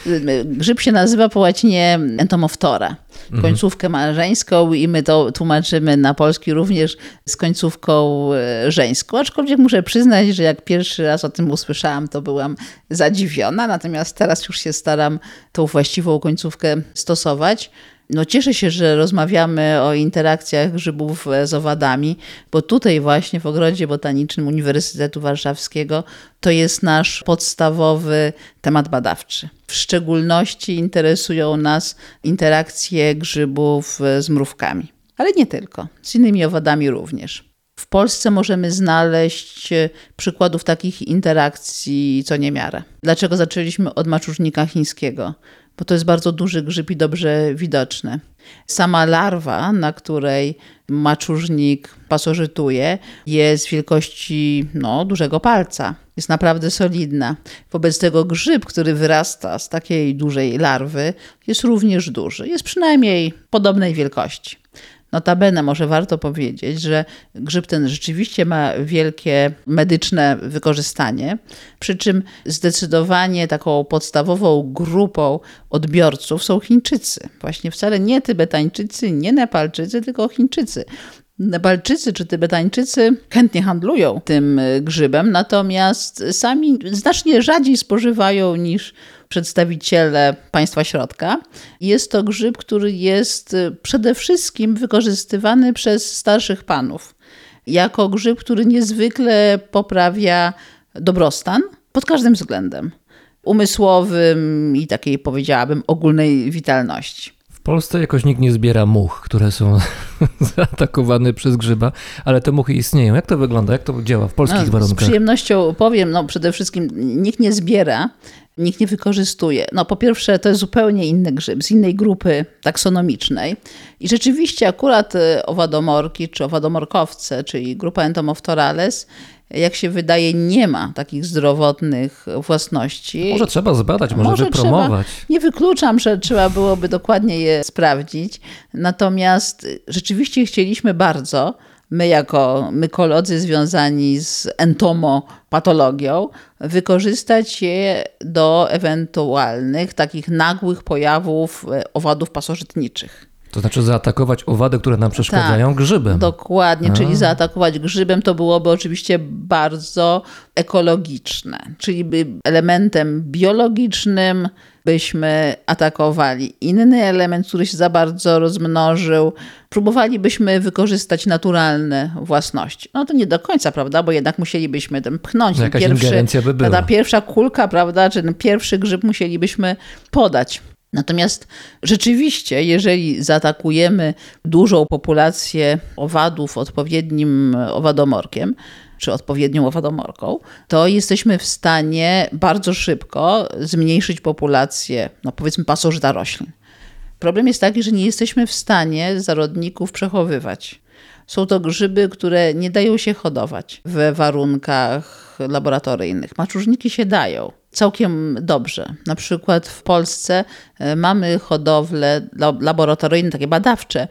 Speaker 3: grzyb się nazywa po łacinie entomoftora. Końcówkę ma żeńską i my to tłumaczymy na polski również z końcówką żeńską. Aczkolwiek muszę przyznać, że jak pierwszy raz o tym usłyszałam, to byłam zadziwiona. Natomiast teraz już się staram tą właściwą końcówkę stosować. No cieszę się, że rozmawiamy o interakcjach grzybów z owadami, bo tutaj właśnie w Ogrodzie Botanicznym Uniwersytetu Warszawskiego to jest nasz podstawowy temat badawczy. W szczególności interesują nas interakcje grzybów z mrówkami, ale nie tylko, z innymi owadami również. W Polsce możemy znaleźć przykładów takich interakcji co niemiarę. Dlaczego zaczęliśmy od maczużnika chińskiego? Bo to jest bardzo duży grzyb i dobrze widoczny. Sama larwa, na której maczużnik pasożytuje, jest wielkości no, dużego palca. Jest naprawdę solidna. Wobec tego grzyb, który wyrasta z takiej dużej larwy, jest również duży. Jest przynajmniej podobnej wielkości. Notabene może warto powiedzieć, że grzyb ten rzeczywiście ma wielkie medyczne wykorzystanie, przy czym zdecydowanie taką podstawową grupą odbiorców są Chińczycy. Właśnie wcale nie Tybetańczycy, nie Nepalczycy, tylko Chińczycy. Nepalczycy czy Tybetańczycy chętnie handlują tym grzybem, natomiast sami znacznie rzadziej spożywają niż przedstawiciele państwa środka. Jest to grzyb, który jest przede wszystkim wykorzystywany przez starszych panów jako grzyb, który niezwykle poprawia dobrostan pod każdym względem umysłowym i takiej, powiedziałabym, ogólnej witalności.
Speaker 1: W Polsce jakoś nikt nie zbiera much, które są zaatakowane przez grzyba, ale te muchy istnieją. Jak to wygląda? Jak to działa w polskich
Speaker 3: no,
Speaker 1: warunkach?
Speaker 3: Z przyjemnością powiem, no przede wszystkim nikt nie zbiera, nikt nie wykorzystuje. No po pierwsze to jest zupełnie inny grzyb, z innej grupy taksonomicznej i rzeczywiście akurat owadomorki czy owadomorkowce, czyli grupa Entomophthalales, jak się wydaje, nie ma takich zdrowotnych własności.
Speaker 1: Może trzeba zbadać, może, może wypromować.
Speaker 3: Trzeba, nie wykluczam, że trzeba byłoby dokładnie je sprawdzić. Natomiast rzeczywiście chcieliśmy bardzo, my jako mykolodzy związani z entomopatologią, wykorzystać je do ewentualnych takich nagłych pojawów owadów pasożytniczych.
Speaker 1: To znaczy zaatakować owady, które nam przeszkadzają, tak, grzybem.
Speaker 3: Dokładnie, A. czyli zaatakować grzybem to byłoby oczywiście bardzo ekologiczne, czyli by elementem biologicznym byśmy atakowali inny element, który się za bardzo rozmnożył. Próbowalibyśmy wykorzystać naturalne własności. No to nie do końca, prawda, bo jednak musielibyśmy ten pchnąć.
Speaker 1: No jakaś
Speaker 3: pierwszy,
Speaker 1: ingerencja by była.
Speaker 3: Ta pierwsza kulka, prawda, czy ten pierwszy grzyb musielibyśmy podać. Natomiast rzeczywiście, jeżeli zaatakujemy dużą populację owadów odpowiednim owadomorkiem, czy odpowiednią owadomorką, to jesteśmy w stanie bardzo szybko zmniejszyć populację, no powiedzmy, pasożyta roślin. Problem jest taki, że nie jesteśmy w stanie zarodników przechowywać. Są to grzyby, które nie dają się hodować w warunkach laboratoryjnych. Maczużniki się dają całkiem dobrze. Na przykład w Polsce mamy hodowle laboratoryjne, takie badawcze,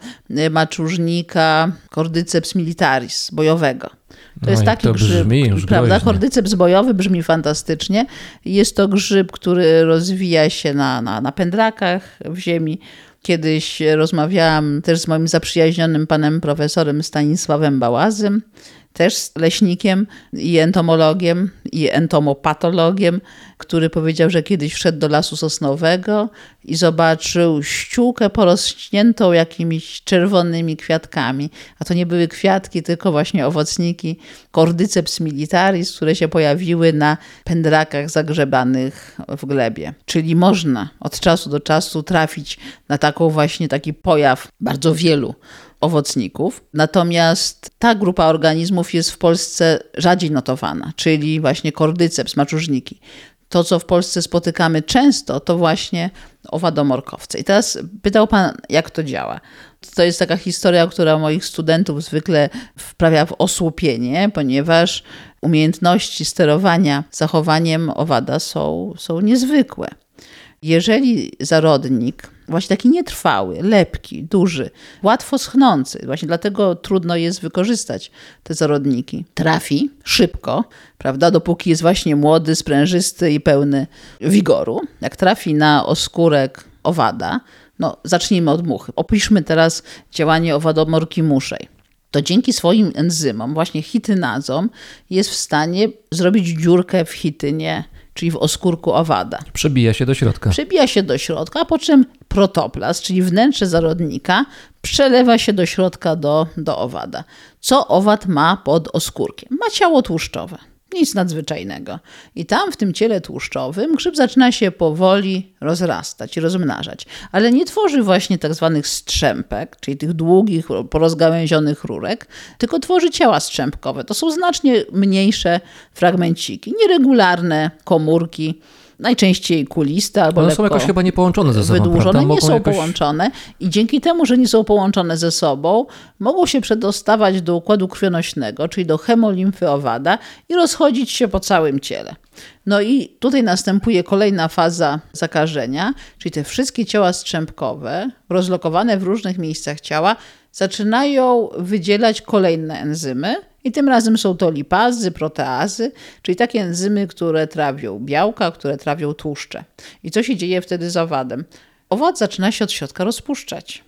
Speaker 3: maczużnika Cordyceps militaris, bojowego. To
Speaker 1: no
Speaker 3: jest taki
Speaker 1: to
Speaker 3: grzyb, prawda? Cordyceps bojowy brzmi fantastycznie. Jest to grzyb, który rozwija się na, na, na pędrakach w ziemi. Kiedyś rozmawiałam też z moim zaprzyjaźnionym panem profesorem Stanisławem Bałazym, też leśnikiem i entomologiem i entomopatologiem, który powiedział, że kiedyś wszedł do lasu sosnowego i zobaczył ściółkę porośniętą jakimiś czerwonymi kwiatkami. A to nie były kwiatki, tylko właśnie owocniki Cordyceps militaris, które się pojawiły na pędrakach zagrzebanych w glebie. Czyli można od czasu do czasu trafić na taką właśnie taki pojaw bardzo wielu owocników. Natomiast ta grupa organizmów jest w Polsce rzadziej notowana, czyli właśnie Cordyceps, maczużniki. To, co w Polsce spotykamy często, to właśnie owadomorkowce. I teraz pytał pan, jak to działa. To jest taka historia, która moich studentów zwykle wprawia w osłupienie, ponieważ umiejętności sterowania zachowaniem owada są, są niezwykłe. Jeżeli zarodnik, właśnie taki nietrwały, lepki, duży, łatwo schnący, właśnie dlatego trudno jest wykorzystać te zarodniki, trafi szybko, prawda, dopóki jest właśnie młody, sprężysty i pełny wigoru. Jak trafi na oskórek owada, no zacznijmy od muchy. Opiszmy teraz działanie owadomorki muszej. To dzięki swoim enzymom, właśnie chitynazom, jest w stanie zrobić dziurkę w chitynie, czyli w oskórku owada.
Speaker 1: Przebija się do środka. Przebija
Speaker 3: się do środka, a po czym protoplast, czyli wnętrze zarodnika, przelewa się do środka do, do owada. Co owad ma pod oskórkiem? Ma ciało tłuszczowe. Nic nadzwyczajnego. I tam w tym ciele tłuszczowym grzyb zaczyna się powoli rozrastać i rozmnażać. Ale nie tworzy właśnie tak zwanych strzępek, czyli tych długich, porozgałęzionych rurek, tylko tworzy ciała strzępkowe. To są znacznie mniejsze fragmenciki, nieregularne komórki, najczęściej kuliste albo
Speaker 1: one są jakoś chyba niepołączone ze sobą,
Speaker 3: wydłużone,
Speaker 1: prawda?
Speaker 3: nie są
Speaker 1: jakoś...
Speaker 3: połączone i dzięki temu, że nie są połączone ze sobą, mogą się przedostawać do układu krwionośnego, czyli do hemolimfy owada i rozchodzić się po całym ciele. No i tutaj następuje kolejna faza zakażenia, czyli te wszystkie ciała strzępkowe, rozlokowane w różnych miejscach ciała, zaczynają wydzielać kolejne enzymy i tym razem są to lipazy, proteazy, czyli takie enzymy, które trawią białka, które trawią tłuszcze. I co się dzieje wtedy z owadem? Owad zaczyna się od środka rozpuszczać,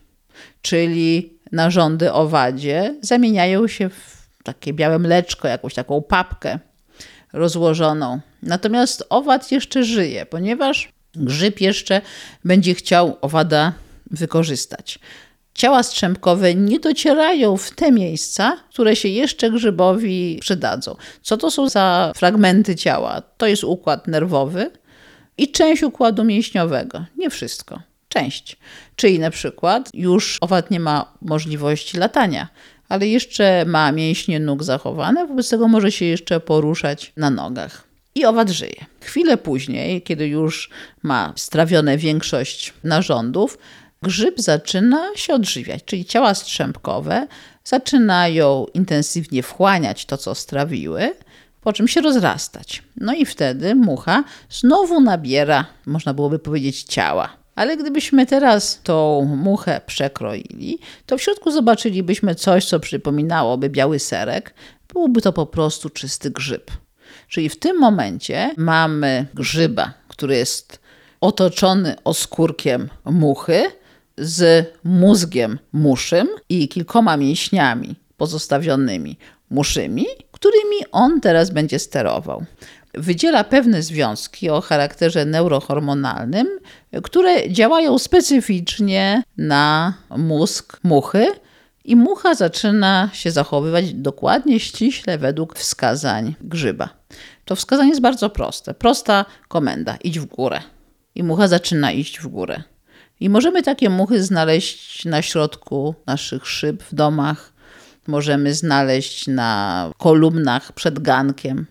Speaker 3: czyli narządy owadzie zamieniają się w takie białe mleczko, jakąś taką papkę rozłożoną. Natomiast owad jeszcze żyje, ponieważ grzyb jeszcze będzie chciał owada wykorzystać. Ciała strzępkowe nie docierają w te miejsca, które się jeszcze grzybowi przydadzą. Co to są za fragmenty ciała? To jest układ nerwowy i część układu mięśniowego. Nie wszystko, część. Czyli na przykład już owad nie ma możliwości latania, ale jeszcze ma mięśnie nóg zachowane, wobec tego może się jeszcze poruszać na nogach. I owad żyje. Chwilę później, kiedy już ma strawione większość narządów, grzyb zaczyna się odżywiać, czyli ciała strzępkowe zaczynają intensywnie wchłaniać to, co strawiły, po czym się rozrastać. No i wtedy mucha znowu nabiera, można byłoby powiedzieć, ciała. Ale gdybyśmy teraz tą muchę przekroili, to w środku zobaczylibyśmy coś, co przypominałoby biały serek. Byłby to po prostu czysty grzyb. Czyli w tym momencie mamy grzyba, który jest otoczony oskórkiem muchy, z mózgiem muszym i kilkoma mięśniami pozostawionymi muszymi, którymi on teraz będzie sterował. Wydziela pewne związki o charakterze neurohormonalnym, które działają specyficznie na mózg muchy i mucha zaczyna się zachowywać dokładnie, ściśle według wskazań grzyba. To wskazanie jest bardzo proste. Prosta komenda: idź w górę. I mucha zaczyna iść w górę. I możemy takie muchy znaleźć na środku naszych szyb w domach, możemy znaleźć na kolumnach przed gankiem,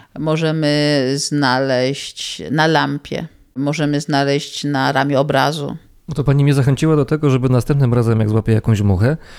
Speaker 3: możemy znaleźć na lampie, możemy znaleźć na ramię obrazu.
Speaker 1: No to pani mnie zachęciła do tego, żeby następnym razem, jak złapię jakąś muchę,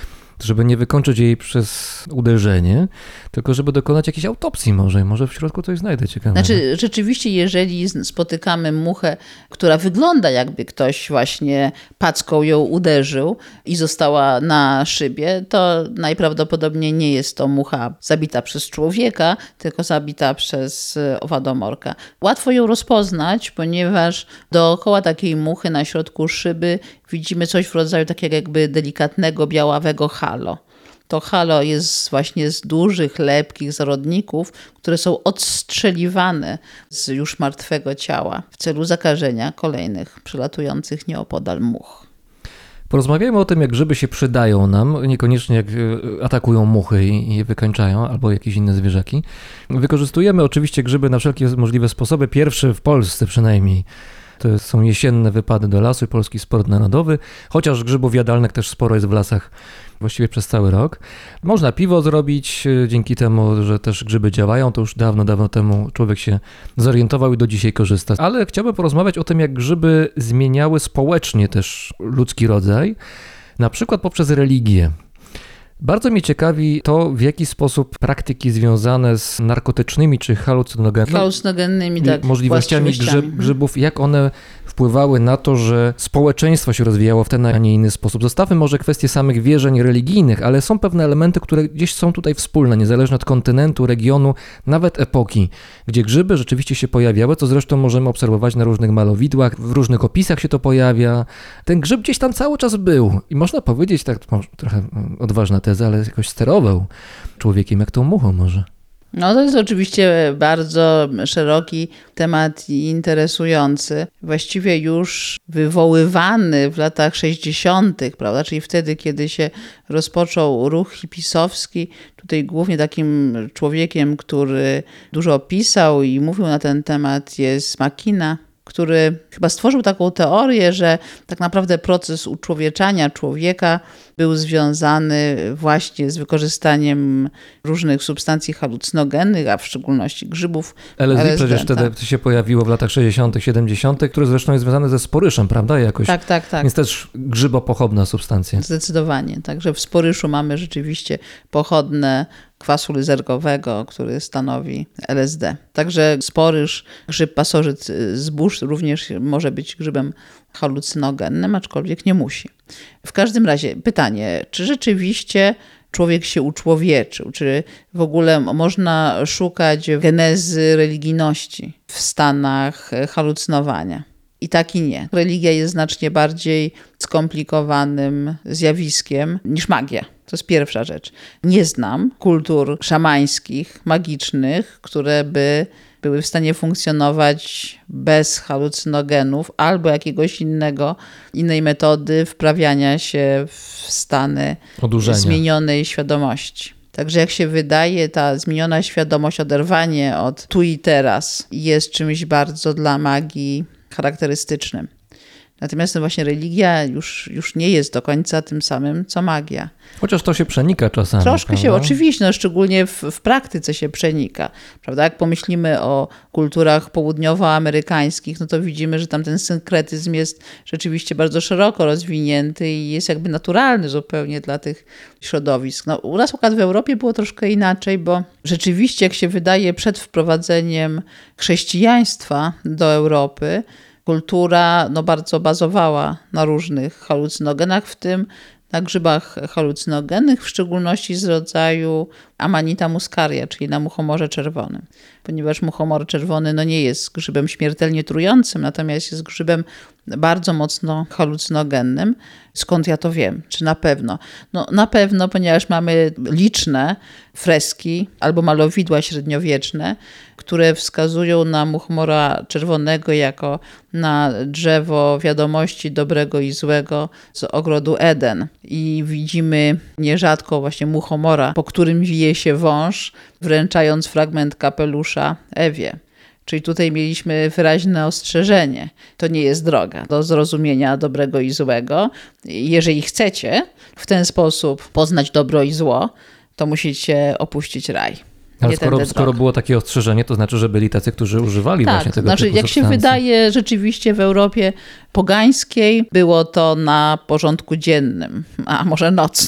Speaker 1: żeby nie wykończyć jej przez uderzenie, tylko żeby dokonać jakiejś autopsji może i może w środku coś znajdę ciekawego.
Speaker 3: Znaczy rzeczywiście, jeżeli spotykamy muchę, która wygląda jakby ktoś właśnie packą ją uderzył i została na szybie, to najprawdopodobniej nie jest to mucha zabita przez człowieka, tylko zabita przez owadomorka. Łatwo ją rozpoznać, ponieważ dookoła takiej muchy na środku szyby widzimy coś w rodzaju takiego jakby delikatnego, białawego halo. To halo jest właśnie z dużych, lepkich zarodników, które są odstrzeliwane z już martwego ciała w celu zakażenia kolejnych przylatujących nieopodal much.
Speaker 1: Porozmawiajmy o tym, jak grzyby się przydają nam, niekoniecznie jak atakują muchy i je wykańczają, albo jakieś inne zwierzaki. Wykorzystujemy oczywiście grzyby na wszelkie możliwe sposoby. Pierwszy w Polsce przynajmniej to są jesienne wypady do lasu, polski sport narodowy, chociaż grzybów jadalnych też sporo jest w lasach właściwie przez cały rok. Można piwo zrobić, dzięki temu, że też grzyby działają, to już dawno, dawno temu człowiek się zorientował i do dzisiaj korzysta. Ale chciałbym porozmawiać o tym, jak grzyby zmieniały społecznie też ludzki rodzaj, na przykład poprzez religię. Bardzo mnie ciekawi to, w jaki sposób praktyki związane z narkotycznymi czy halucynogennymi,
Speaker 3: halucynogennymi tak,
Speaker 1: możliwościami grzyb, grzybów, jak one wpływały na to, że społeczeństwo się rozwijało w ten, a nie inny sposób. Zostawmy może kwestie samych wierzeń religijnych, ale są pewne elementy, które gdzieś są tutaj wspólne, niezależnie od kontynentu, regionu, nawet epoki, gdzie grzyby rzeczywiście się pojawiały, co zresztą możemy obserwować na różnych malowidłach, w różnych opisach się to pojawia. Ten grzyb gdzieś tam cały czas był i można powiedzieć, tak trochę odważna teza, ale jakoś sterował człowiekiem, jak tą muchą może.
Speaker 3: No to jest oczywiście bardzo szeroki temat i interesujący. Właściwie już wywoływany w latach sześćdziesiątych, prawda, czyli wtedy, kiedy się rozpoczął ruch hipisowski. Tutaj głównie takim człowiekiem, który dużo pisał i mówił na ten temat, jest Makina, który chyba stworzył taką teorię, że tak naprawdę proces uczłowieczania człowieka był związany właśnie z wykorzystaniem różnych substancji halucynogennych, a w szczególności grzybów.
Speaker 1: L S D
Speaker 3: L S D,
Speaker 1: przecież wtedy
Speaker 3: tak.
Speaker 1: się pojawiło w latach sześćdziesiątych, siedemdziesiątych, które zresztą jest związane ze sporyszem, prawda? Jakoś.
Speaker 3: Tak, tak, tak.
Speaker 1: Więc też grzybopochodna substancja.
Speaker 3: Zdecydowanie. Także w sporyszu mamy rzeczywiście pochodne kwasu lyzergowego, który stanowi L S D. Także sporyż, grzyb pasożyt zbóż również może być grzybem halucynogennym, aczkolwiek nie musi. W każdym razie pytanie, czy rzeczywiście człowiek się uczłowieczył, czy w ogóle można szukać genezy religijności w stanach halucynowania? I tak i nie. Religia jest znacznie bardziej skomplikowanym zjawiskiem niż magia. To jest pierwsza rzecz. Nie znam kultur szamańskich, magicznych, które by były w stanie funkcjonować bez halucynogenów albo jakiegoś innego, innej metody wprawiania się w stany
Speaker 1: odurzenia,
Speaker 3: zmienionej świadomości. Także jak się wydaje, ta zmieniona świadomość, oderwanie od tu i teraz jest czymś bardzo dla magii charakterystycznym. Natomiast no właśnie religia już, już nie jest do końca tym samym, co magia.
Speaker 1: Chociaż to się przenika czasami.
Speaker 3: Troszkę
Speaker 1: prawda?
Speaker 3: się, oczywiście, no szczególnie w, w praktyce się przenika. Prawda? Jak pomyślimy o kulturach południowoamerykańskich, no to widzimy, że tam ten synkretyzm jest rzeczywiście bardzo szeroko rozwinięty i jest jakby naturalny zupełnie dla tych środowisk. No, u nas akurat w Europie było troszkę inaczej, bo rzeczywiście, jak się wydaje, przed wprowadzeniem chrześcijaństwa do Europy, kultura no, bardzo bazowała na różnych halucynogenach, w tym na grzybach halucynogennych, w szczególności z rodzaju Amanita muscaria, czyli na muchomorze czerwonym. Ponieważ muchomor czerwony no, nie jest grzybem śmiertelnie trującym, natomiast jest grzybem bardzo mocno halucynogennym. Skąd ja to wiem? Czy na pewno? No na pewno, ponieważ mamy liczne freski albo malowidła średniowieczne, które wskazują na muchomora czerwonego jako na drzewo wiadomości dobrego i złego z ogrodu Eden. I widzimy nierzadko właśnie muchomora, po którym wije się wąż, wręczając fragment kapelusza Ewie. Czyli tutaj mieliśmy wyraźne ostrzeżenie. To nie jest droga do zrozumienia dobrego i złego. Jeżeli chcecie w ten sposób poznać dobro i zło, to musicie opuścić raj.
Speaker 1: Ale skoro, skoro było takie ostrzeżenie, to znaczy, że byli tacy, którzy używali
Speaker 3: tak,
Speaker 1: właśnie tego
Speaker 3: znaczy,
Speaker 1: typu
Speaker 3: jak
Speaker 1: substancji.
Speaker 3: się wydaje, rzeczywiście w Europie pogańskiej było to na porządku dziennym, a może nocnym.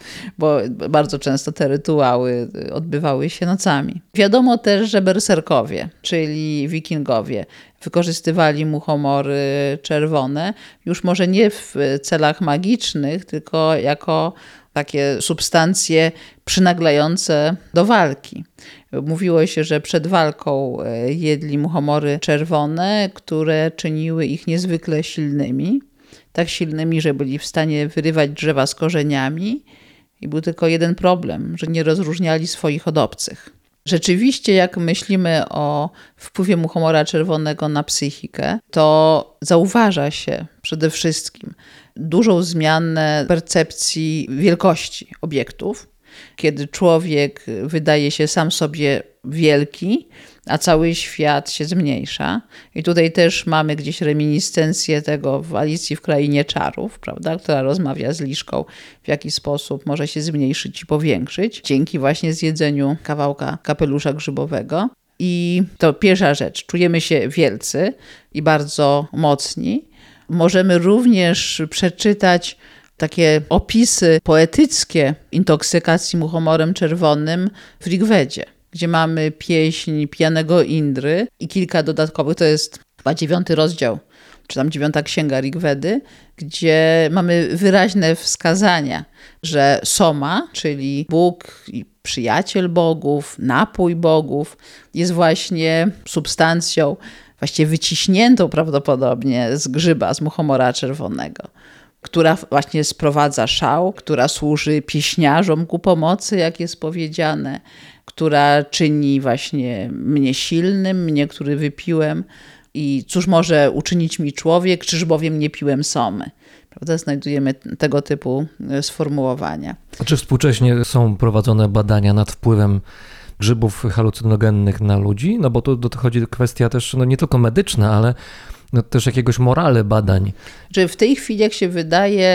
Speaker 3: bo bardzo często te rytuały odbywały się nocami. Wiadomo też, że berserkowie, czyli wikingowie, wykorzystywali muchomory czerwone, już może nie w celach magicznych, tylko jako takie substancje przynaglające do walki. Mówiło się, że przed walką jedli muchomory czerwone, które czyniły ich niezwykle silnymi. Tak silnymi, że byli w stanie wyrywać drzewa z korzeniami. I był tylko jeden problem, że nie rozróżniali swoich od obcych. Rzeczywiście, jak myślimy o wpływie muchomora czerwonego na psychikę, to zauważa się przede wszystkim dużą zmianę percepcji wielkości obiektów. Kiedy człowiek wydaje się sam sobie wielki, a cały świat się zmniejsza. I tutaj też mamy gdzieś reminiscencję tego w Alicji w Krainie Czarów, prawda, która rozmawia z Liszką, w jaki sposób może się zmniejszyć i powiększyć dzięki właśnie zjedzeniu kawałka kapelusza grzybowego. I to pierwsza rzecz. Czujemy się wielcy i bardzo mocni. Możemy również przeczytać takie opisy poetyckie intoksykacji muchomorem czerwonym w Rigwedzie, gdzie mamy pieśń pijanego Indry i kilka dodatkowych, to jest chyba dziewiąty rozdział, czy tam dziewiąta księga Rigwedy, gdzie mamy wyraźne wskazania, że Soma, czyli Bóg i przyjaciel bogów, napój bogów, jest właśnie substancją, właściwie wyciśniętą prawdopodobnie z grzyba, z muchomora czerwonego, która właśnie sprowadza szał, która służy pieśniarzom ku pomocy, jak jest powiedziane, która czyni właśnie mnie silnym, mnie, który wypiłem i cóż może uczynić mi człowiek, czyż bowiem nie piłem somy. Prawda? Znajdujemy tego typu sformułowania.
Speaker 1: A czy współcześnie są prowadzone badania nad wpływem grzybów halucynogennych na ludzi? No bo tu dochodzi kwestia też no nie tylko medyczna, ale no też jakiegoś morale badań.
Speaker 3: Że w tej chwili, jak się wydaje,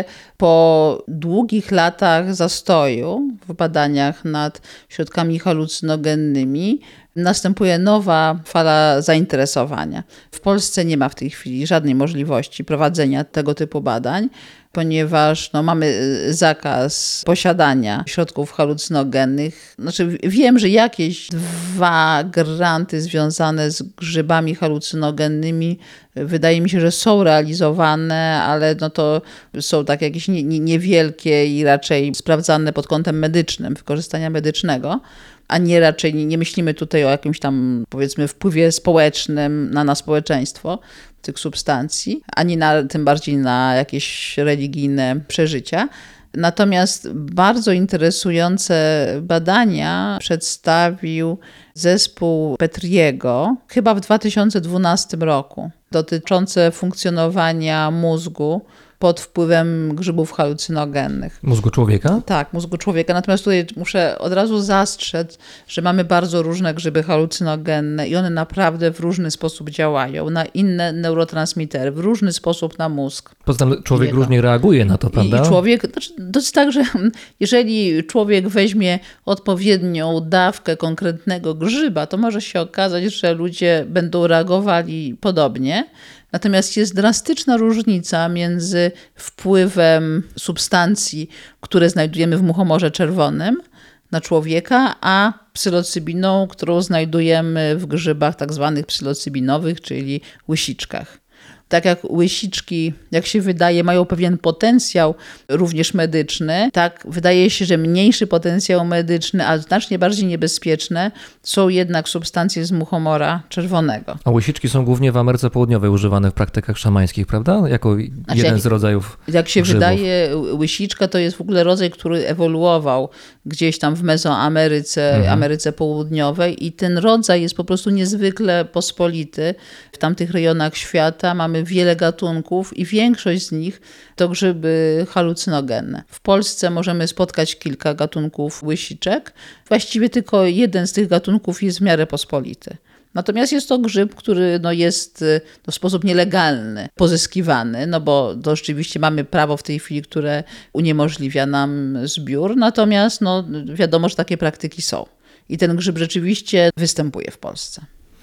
Speaker 3: po długich latach zastoju w badaniach nad środkami halucynogennymi następuje nowa fala zainteresowania. W Polsce nie ma w tej chwili żadnej możliwości prowadzenia tego typu badań, ponieważ no, mamy zakaz posiadania środków halucynogennych. Znaczy, wiem, że jakieś dwa granty związane z grzybami halucynogennymi wydaje mi się, że są realizowane, ale no to są tak jakieś nie, nie, niewielkie i raczej sprawdzane pod kątem medycznym, wykorzystania medycznego, a nie raczej nie, nie myślimy tutaj o jakimś tam, powiedzmy, wpływie społecznym na, na społeczeństwo tych substancji, ani na, tym bardziej na jakieś religijne przeżycia. Natomiast bardzo interesujące badania przedstawił zespół Petriego, chyba w dwa tysiące dwunastym roku, dotyczące funkcjonowania mózgu pod wpływem grzybów halucynogennych.
Speaker 1: Mózgu człowieka?
Speaker 3: Tak, mózgu człowieka. Natomiast tutaj muszę od razu zastrzec, że mamy bardzo różne grzyby halucynogenne i one naprawdę w różny sposób działają na inne neurotransmitery, w różny sposób na mózg.
Speaker 1: Poza tym człowiek
Speaker 3: Jego.
Speaker 1: różnie reaguje na to, prawda?
Speaker 3: I, i człowiek, znaczy, to jest tak, że jeżeli człowiek weźmie odpowiednią dawkę konkretnego grzyba, to może się okazać, że ludzie będą reagowali podobnie. Natomiast jest drastyczna różnica między wpływem substancji, które znajdujemy w muchomorze czerwonym na człowieka, a psylocybiną, którą znajdujemy w grzybach tak zwanych psylocybinowych, czyli łysiczkach. Tak jak łysiczki, jak się wydaje, mają pewien potencjał również medyczny, tak wydaje się, że mniejszy potencjał medyczny, a znacznie bardziej niebezpieczne są jednak substancje z muchomora czerwonego.
Speaker 1: A łysiczki są głównie w Ameryce Południowej używane w praktykach szamańskich, prawda? Jako
Speaker 3: Znaczy,
Speaker 1: jeden
Speaker 3: jak,
Speaker 1: z rodzajów
Speaker 3: Jak się
Speaker 1: grzybów.
Speaker 3: wydaje, łysiczka to jest w ogóle rodzaj, który ewoluował gdzieś tam w Mezoameryce,
Speaker 1: mhm.
Speaker 3: Ameryce Południowej i ten rodzaj jest po prostu niezwykle pospolity. W tamtych rejonach świata mamy wiele gatunków i większość z nich to grzyby halucynogenne. W Polsce możemy spotkać kilka gatunków łysiczek. Właściwie tylko jeden z tych gatunków jest w miarę pospolity. Natomiast jest to grzyb, który no, jest no, w sposób nielegalny pozyskiwany, no bo to rzeczywiście mamy prawo w tej chwili, które uniemożliwia nam zbiór. Natomiast no, wiadomo, że takie praktyki są. I ten grzyb rzeczywiście występuje w Polsce.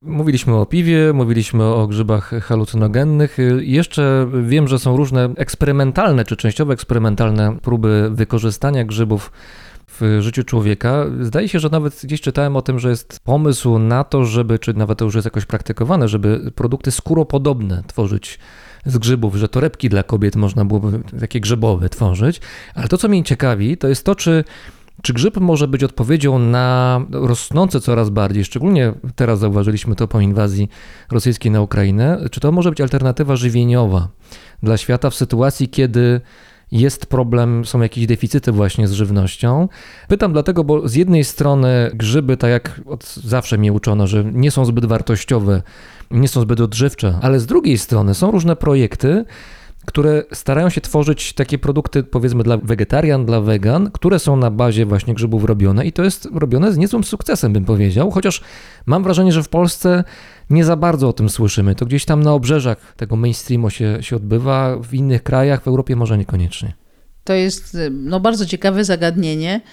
Speaker 1: Mówiliśmy o piwie, mówiliśmy o grzybach halucynogennych. Jeszcze wiem, że są różne eksperymentalne czy częściowo eksperymentalne próby wykorzystania grzybów w życiu człowieka. Zdaje się, że nawet gdzieś czytałem o tym, że jest pomysł na to, żeby, czy nawet to już jest jakoś praktykowane, żeby produkty skóropodobne tworzyć z grzybów, że torebki dla kobiet można byłoby takie grzybowe tworzyć. Ale to, co mnie ciekawi, to jest to, czy Czy grzyb może być odpowiedzią na rosnące coraz bardziej, szczególnie teraz zauważyliśmy to po inwazji rosyjskiej na Ukrainę, czy to może być alternatywa żywieniowa dla świata w sytuacji, kiedy jest problem, są jakieś deficyty właśnie z żywnością? Pytam dlatego, bo z jednej strony grzyby, tak jak od zawsze mnie uczono, że nie są zbyt wartościowe, nie są zbyt odżywcze, ale z drugiej strony są różne projekty, które starają się tworzyć takie produkty, powiedzmy, dla wegetarian, dla wegan, które są na bazie właśnie grzybów robione i to jest robione z niezłym sukcesem, bym powiedział, chociaż mam wrażenie, że w Polsce nie za bardzo o tym słyszymy. To gdzieś tam na obrzeżach tego mainstreamu się, się odbywa, w innych krajach, w Europie może niekoniecznie.
Speaker 3: To jest no, bardzo ciekawe zagadnienie,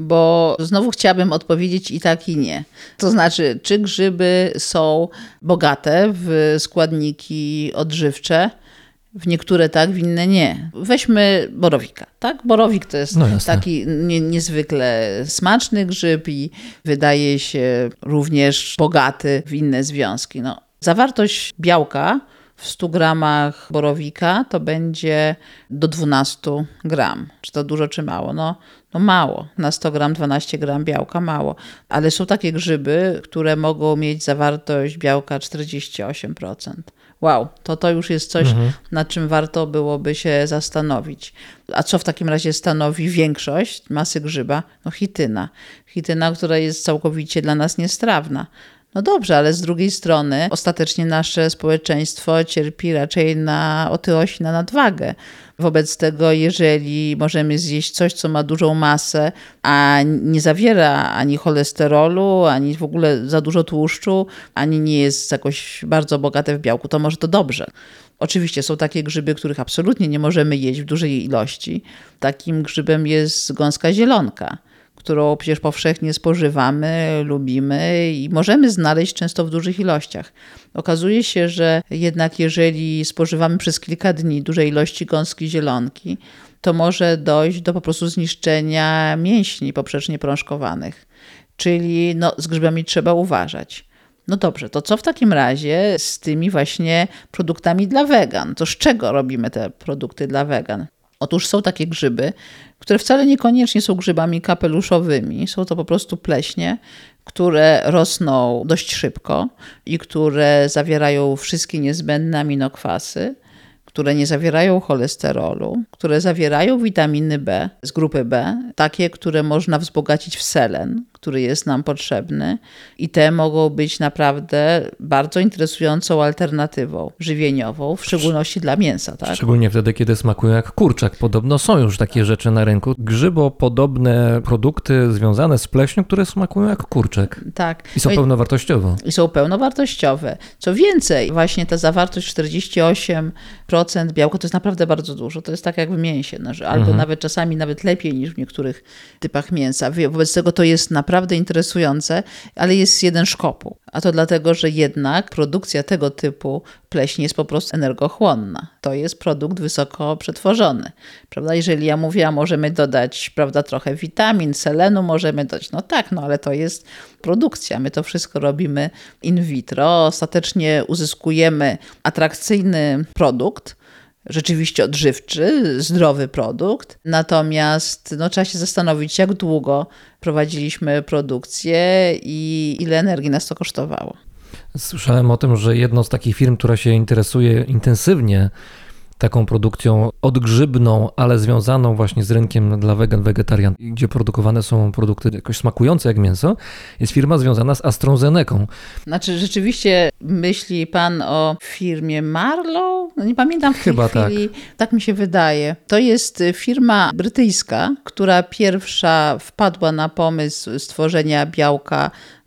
Speaker 3: bo znowu chciałabym odpowiedzieć i tak, i nie. To znaczy, czy grzyby są bogate w składniki odżywcze? W niektóre tak, w inne nie. Weźmy borowika, tak? Borowik to jest no taki nie, niezwykle smaczny grzyb i wydaje się również bogaty w inne związki. No, zawartość białka w stu gramach borowika to będzie do dwunastu gram. Czy to dużo, czy mało? No, no mało. Na sto gram dwanaście gram białka mało. Ale są takie grzyby, które mogą mieć zawartość białka czterdzieści osiem procent. Wow, to to już jest coś, mhm. nad czym warto byłoby się zastanowić. A co w takim razie stanowi większość masy grzyba? No chityna. Chityna, która jest całkowicie dla nas niestrawna. No dobrze, ale z drugiej strony ostatecznie nasze społeczeństwo cierpi raczej na otyłość i na nadwagę. Wobec tego, jeżeli możemy zjeść coś, co ma dużą masę, a nie zawiera ani cholesterolu, ani w ogóle za dużo tłuszczu, ani nie jest jakoś bardzo bogate w białku, to może to dobrze. Oczywiście są takie grzyby, których absolutnie nie możemy jeść w dużej ilości. Takim grzybem jest gąska zielonka, którą przecież powszechnie spożywamy, lubimy i możemy znaleźć często w dużych ilościach. Okazuje się, że jednak jeżeli spożywamy przez kilka dni duże ilości gąski zielonki, to może dojść do po prostu zniszczenia mięśni poprzecznie prążkowanych. Czyli no, z grzybami trzeba uważać. No dobrze, to co w takim razie z tymi właśnie produktami dla wegan? To z czego robimy te produkty dla wegan? Otóż są takie grzyby, które wcale niekoniecznie są grzybami kapeluszowymi. Są to po prostu pleśnie, które rosną dość szybko i które zawierają wszystkie niezbędne aminokwasy, które nie zawierają cholesterolu, które zawierają witaminy B z grupy B, takie, które można wzbogacić w selen, który jest nam potrzebny i te mogą być naprawdę bardzo interesującą alternatywą żywieniową, w szczególności dla mięsa. Tak?
Speaker 1: Szczególnie wtedy, kiedy smakują jak kurczak. Podobno są już takie rzeczy na rynku. Grzybopodobne produkty związane z pleśnią, które smakują jak kurczak.
Speaker 3: Tak.
Speaker 1: I są pełnowartościowe.
Speaker 3: I są pełnowartościowe. Co więcej, właśnie ta zawartość czterdzieści osiem procent białka to jest naprawdę bardzo dużo. To jest tak jak w mięsie. No, albo mhm. nawet czasami nawet lepiej niż w niektórych typach mięsa. Wobec tego to jest naprawdę naprawdę interesujące, ale jest jeden szkopuł. A to dlatego, że jednak produkcja tego typu pleśni jest po prostu energochłonna. To jest produkt wysoko przetworzony. Prawda? Jeżeli ja mówię, a możemy dodać, prawda, trochę witamin, selenu możemy dodać. No tak, no ale to jest produkcja. My to wszystko robimy in vitro. Ostatecznie uzyskujemy atrakcyjny produkt, rzeczywiście odżywczy, zdrowy produkt. Natomiast no, trzeba się zastanowić, jak długo prowadziliśmy produkcję i ile energii nas to kosztowało.
Speaker 1: Słyszałem o tym, że jedną z takich firm, która się interesuje intensywnie taką produkcją odgrzybną, ale związaną właśnie z rynkiem dla wegan, wegetarian, gdzie produkowane są produkty jakoś smakujące jak mięso, jest firma związana z AstraZenecą.
Speaker 3: Znaczy rzeczywiście myśli pan o firmie Marlow? No nie pamiętam w tej
Speaker 1: Chyba
Speaker 3: chwili.
Speaker 1: Tak.
Speaker 3: tak mi się wydaje. To jest firma brytyjska, która pierwsza wpadła na pomysł stworzenia białka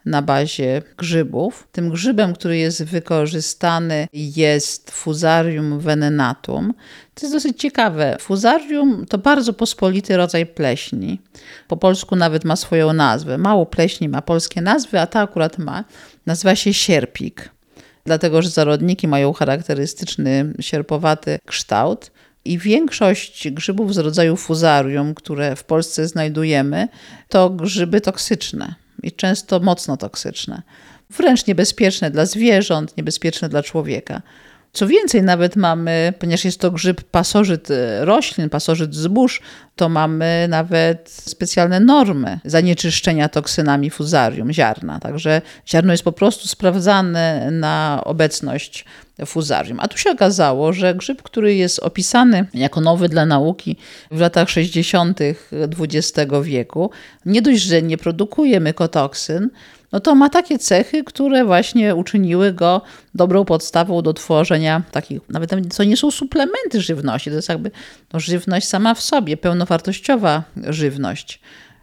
Speaker 3: na bazie grzybów. Tym grzybem, który jest wykorzystany, jest Fusarium venenatum. To jest dosyć ciekawe. Fusarium to bardzo pospolity rodzaj pleśni. Po polsku nawet ma swoją nazwę. Mało pleśni ma polskie nazwy, a ta akurat ma. Nazywa się sierpik, dlatego że zarodniki mają charakterystyczny sierpowaty kształt. I większość grzybów z rodzaju Fusarium, które w Polsce znajdujemy, to grzyby toksyczne i często mocno toksyczne. Wręcz niebezpieczne dla zwierząt, niebezpieczne dla człowieka. Co więcej, nawet mamy, ponieważ jest to grzyb pasożyt roślin, pasożyt zbóż, to mamy nawet specjalne normy zanieczyszczenia toksynami Fusarium, ziarna. Także ziarno jest po prostu sprawdzane na obecność Fusarium. A tu się okazało, że grzyb, który jest opisany jako nowy dla nauki w latach sześćdziesiątych dwudziestego wieku, nie dość, że nie produkuje mykotoksyn, no to ma takie cechy, które właśnie uczyniły go dobrą podstawą do tworzenia takich, nawet to nie są suplementy żywności, to jest jakby no, żywność sama w sobie, pełnowartościowa żywność.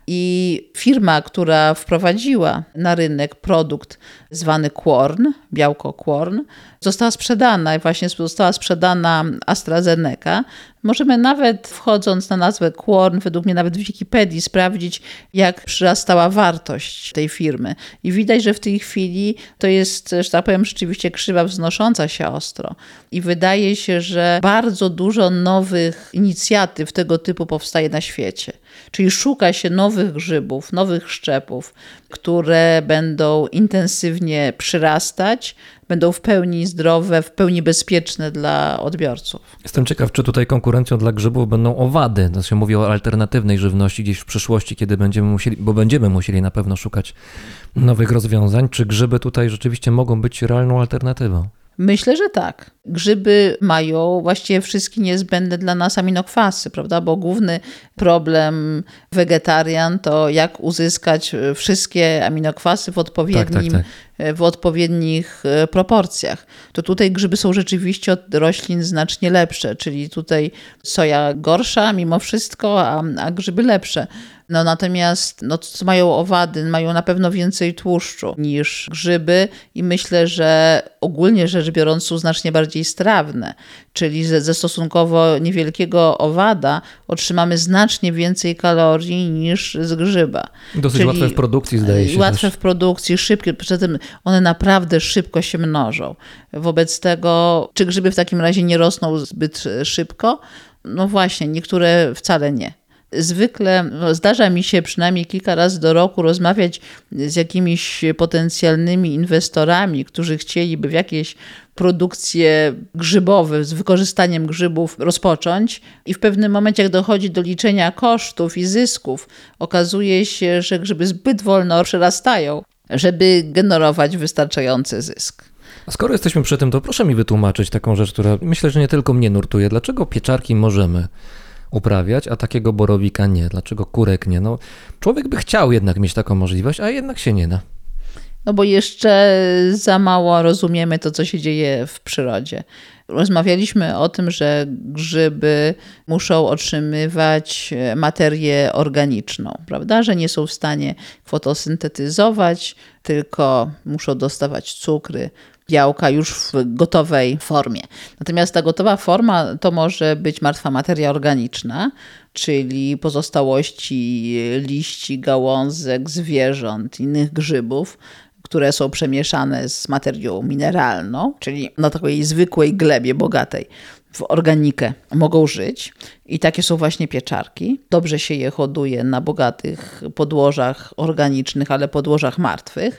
Speaker 3: I firma, która wprowadziła na rynek produkt zwany Quorn, białko Quorn, została sprzedana i właśnie została sprzedana AstraZeneca. Możemy nawet, wchodząc na nazwę Quorn, według mnie nawet w Wikipedii sprawdzić, jak przyrastała wartość tej firmy. I widać, że w tej chwili to jest, że tak powiem, rzeczywiście krzywa wznosząca się ostro. I wydaje się, że bardzo dużo nowych inicjatyw tego typu powstaje na świecie. Czyli szuka się nowych grzybów, nowych szczepów, które będą intensywnie przyrastać, będą w pełni zdrowe, w pełni bezpieczne dla odbiorców.
Speaker 1: Jestem ciekaw, czy tutaj konkurencją dla grzybów będą owady. To się mówi o alternatywnej żywności gdzieś w przyszłości, kiedy będziemy musieli, bo będziemy musieli na pewno szukać nowych rozwiązań. Czy grzyby tutaj rzeczywiście mogą być realną alternatywą?
Speaker 3: Myślę, że tak. Grzyby mają właściwie wszystkie niezbędne dla nas aminokwasy, prawda? Bo główny problem wegetarian to jak uzyskać wszystkie aminokwasy w odpowiednim, tak, tak, tak. w odpowiednich proporcjach. To tutaj grzyby są rzeczywiście od roślin znacznie lepsze, czyli tutaj soja gorsza mimo wszystko, a, a grzyby lepsze. No natomiast no, co mają owady, mają na pewno więcej tłuszczu niż grzyby i myślę, że ogólnie rzecz biorąc są znacznie bardziej strawne, czyli ze, ze stosunkowo niewielkiego owada otrzymamy znacznie więcej kalorii niż z grzyba.
Speaker 1: Dosyć
Speaker 3: czyli
Speaker 1: łatwe w produkcji, zdaje się.
Speaker 3: Łatwe
Speaker 1: też.
Speaker 3: w produkcji, szybkie, przy tym one naprawdę szybko się mnożą. Wobec tego, czy grzyby w takim razie nie rosną zbyt szybko? No właśnie, niektóre wcale nie. Zwykle no, zdarza mi się przynajmniej kilka razy do roku rozmawiać z jakimiś potencjalnymi inwestorami, którzy chcieliby w jakieś produkcje grzybowe z wykorzystaniem grzybów rozpocząć i w pewnym momencie, jak dochodzi do liczenia kosztów i zysków, okazuje się, że grzyby zbyt wolno przerastają, żeby generować wystarczający zysk.
Speaker 1: A skoro jesteśmy przy tym, to proszę mi wytłumaczyć taką rzecz, która myślę, że nie tylko mnie nurtuje. Dlaczego pieczarki możemy uprawiać, a takiego borowika nie? Dlaczego kurek nie? No, człowiek by chciał jednak mieć taką możliwość, a jednak się nie da.
Speaker 3: No bo jeszcze za mało rozumiemy to, co się dzieje w przyrodzie. Rozmawialiśmy o tym, że grzyby muszą otrzymywać materię organiczną, prawda? Że nie są w stanie fotosyntetyzować, tylko muszą dostawać cukry, białka już w gotowej formie. Natomiast ta gotowa forma to może być martwa materia organiczna, czyli pozostałości liści, gałązek, zwierząt, innych grzybów, które są przemieszane z materią mineralną, czyli na takiej zwykłej glebie bogatej w organikę mogą żyć. I takie są właśnie pieczarki. Dobrze się je hoduje na bogatych podłożach organicznych, ale podłożach martwych.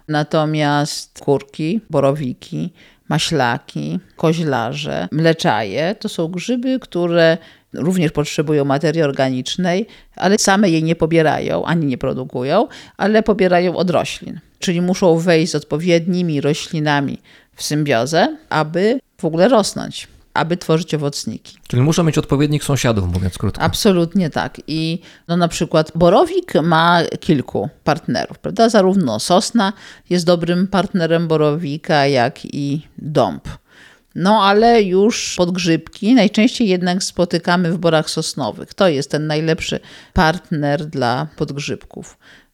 Speaker 3: Natomiast kurki, borowiki, maślaki, koźlarze, mleczaje to są grzyby, które również potrzebują materii organicznej, ale same jej nie pobierają, ani nie produkują, ale pobierają od roślin. Czyli muszą wejść z odpowiednimi roślinami w symbiozę, aby w ogóle rosnąć, aby tworzyć owocniki.
Speaker 1: Czyli muszą mieć odpowiednich sąsiadów, mówiąc krótko.
Speaker 3: Absolutnie tak. I no na przykład borowik ma kilku partnerów, prawda? Zarówno sosna jest dobrym partnerem borowika, jak i dąb. No ale już podgrzybki najczęściej jednak spotykamy w borach sosnowych. To jest ten najlepszy partner dla podgrzybków.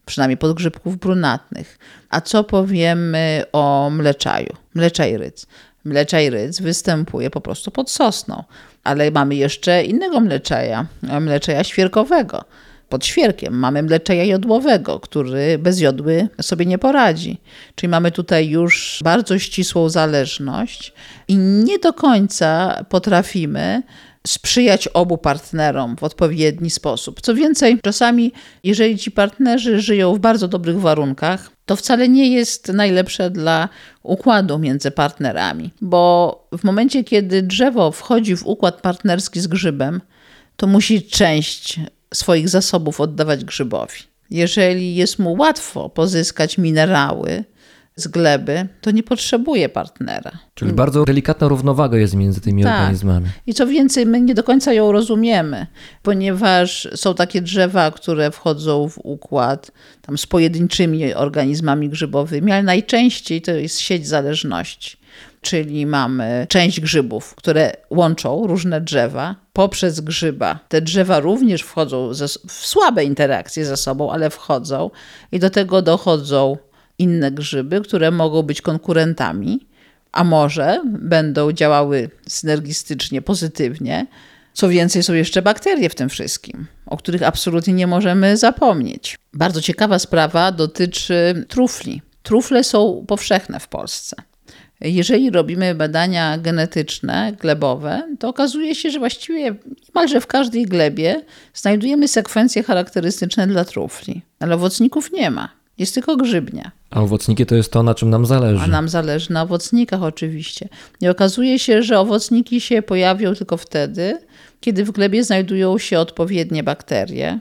Speaker 3: przynajmniej podgrzybków brunatnych. A co powiemy o mleczaju? Mleczaj rydz. Mleczaj rydz występuje po prostu pod sosną, ale mamy jeszcze innego mleczaja, mleczaja świerkowego. Pod świerkiem mamy mleczaja jodłowego, który bez jodły sobie nie poradzi. Czyli mamy tutaj już bardzo ścisłą zależność i nie do końca potrafimy sprzyjać obu partnerom w odpowiedni sposób. Co więcej, czasami jeżeli ci partnerzy żyją w bardzo dobrych warunkach, to wcale nie jest najlepsze dla układu między partnerami, bo w momencie, kiedy drzewo wchodzi w układ partnerski z grzybem, to musi część swoich zasobów oddawać grzybowi. Jeżeli jest mu łatwo pozyskać minerały z gleby, to nie potrzebuje partnera.
Speaker 1: Czyli bardzo delikatna równowaga jest między tymi
Speaker 3: tak.
Speaker 1: organizmami.
Speaker 3: I co więcej, my nie do końca ją rozumiemy, ponieważ są takie drzewa, które wchodzą w układ tam z pojedynczymi organizmami grzybowymi, ale najczęściej to jest sieć zależności. Czyli mamy część grzybów, które łączą różne drzewa poprzez grzyba. Te drzewa również wchodzą ze, w słabe interakcje ze sobą, ale wchodzą i do tego dochodzą inne grzyby, które mogą być konkurentami, a może będą działały synergistycznie, pozytywnie. Co więcej, są jeszcze bakterie w tym wszystkim, o których absolutnie nie możemy zapomnieć. Bardzo ciekawa sprawa dotyczy trufli. Trufle są powszechne w Polsce. Jeżeli robimy badania genetyczne, glebowe, to okazuje się, że właściwie niemalże w każdej glebie znajdujemy sekwencje charakterystyczne dla trufli, ale owocników nie ma. Jest tylko grzybnia.
Speaker 1: A owocniki to jest to, na czym nam zależy.
Speaker 3: A nam zależy na owocnikach oczywiście. I okazuje się, że owocniki się pojawią tylko wtedy, kiedy w glebie znajdują się odpowiednie bakterie.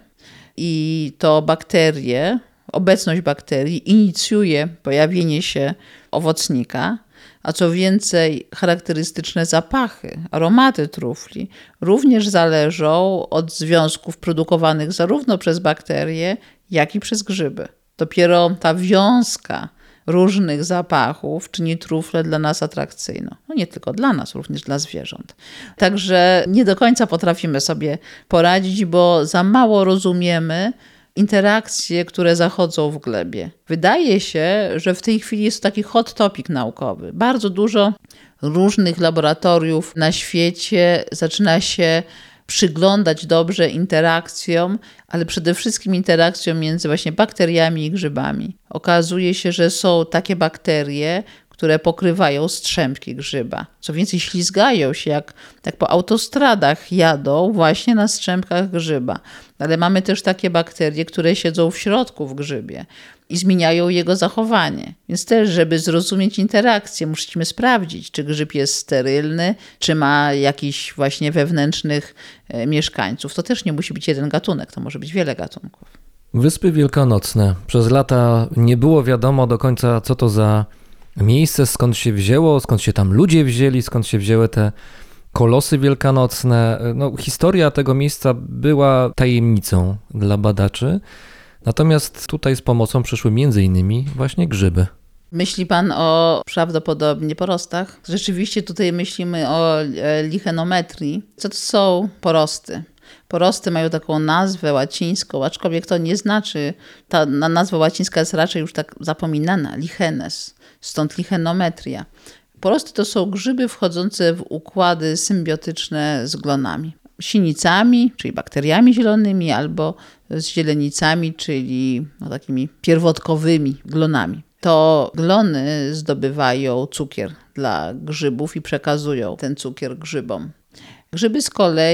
Speaker 3: I to bakterie, obecność bakterii inicjuje pojawienie się owocnika. A co więcej, charakterystyczne zapachy, aromaty trufli również zależą od związków produkowanych zarówno przez bakterie, jak i przez grzyby. Dopiero ta wiązka różnych zapachów czyni truflę dla nas atrakcyjną. No nie tylko dla nas, również dla zwierząt. Także nie do końca potrafimy sobie poradzić, bo za mało rozumiemy interakcje, które zachodzą w glebie. Wydaje się, że w tej chwili jest taki hot topic naukowy. Bardzo dużo różnych laboratoriów na świecie zaczyna się przyglądać dobrze interakcjom, ale przede wszystkim interakcjom między właśnie bakteriami i grzybami. Okazuje się, że są takie bakterie, które pokrywają strzępki grzyba. Co więcej, ślizgają się, jak, jak po autostradach jadą właśnie na strzępkach grzyba. Ale mamy też takie bakterie, które siedzą w środku w grzybie i zmieniają jego zachowanie. Więc też, żeby zrozumieć interakcję, musimy sprawdzić, czy grzyb jest sterylny, czy ma jakichś właśnie wewnętrznych e, mieszkańców. To też nie musi być jeden gatunek, to może być wiele gatunków.
Speaker 1: Wyspy Wielkanocne. Przez lata nie było wiadomo do końca, co to za miejsce, skąd się wzięło, skąd się tam ludzie wzięli, skąd się wzięły te kolosy wielkanocne. No, historia tego miejsca była tajemnicą dla badaczy, natomiast tutaj z pomocą przyszły między innymi właśnie grzyby.
Speaker 3: Myśli pan o prawdopodobnie porostach? Rzeczywiście tutaj myślimy o lichenometrii. Co to są porosty? Porosty mają taką nazwę łacińską, aczkolwiek to nie znaczy, ta nazwa łacińska jest raczej już tak zapominana, lichenes, stąd lichenometria. Porosty to są grzyby wchodzące w układy symbiotyczne z glonami. Sinicami, czyli bakteriami zielonymi, albo z zielenicami, czyli no, takimi pierwotkowymi glonami. To glony zdobywają cukier dla grzybów i przekazują ten cukier grzybom. Grzyby z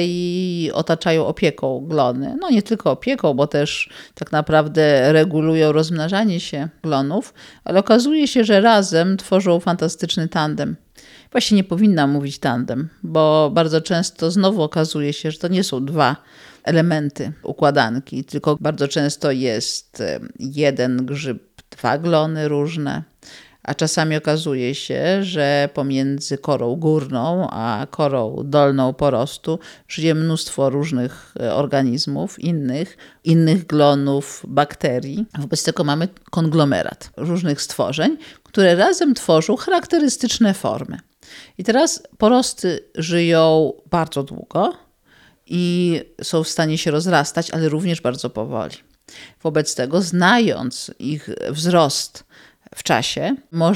Speaker 3: kolei otaczają opieką glony. No nie tylko opieką, bo też tak naprawdę regulują rozmnażanie się glonów, ale okazuje się, że razem tworzą fantastyczny tandem. Właśnie nie powinnam mówić tandem, bo bardzo często znowu okazuje się, że to nie są dwa elementy układanki, tylko bardzo często jest jeden grzyb, dwa glony różne. A czasami okazuje się, że pomiędzy korą górną a korą dolną porostu żyje mnóstwo różnych organizmów, innych, innych glonów, bakterii. Wobec tego mamy konglomerat różnych stworzeń, które razem tworzą charakterystyczne formy. I teraz porosty żyją bardzo długo i są w stanie się rozrastać, ale również bardzo powoli. Wobec tego, znając ich wzrost w czasie,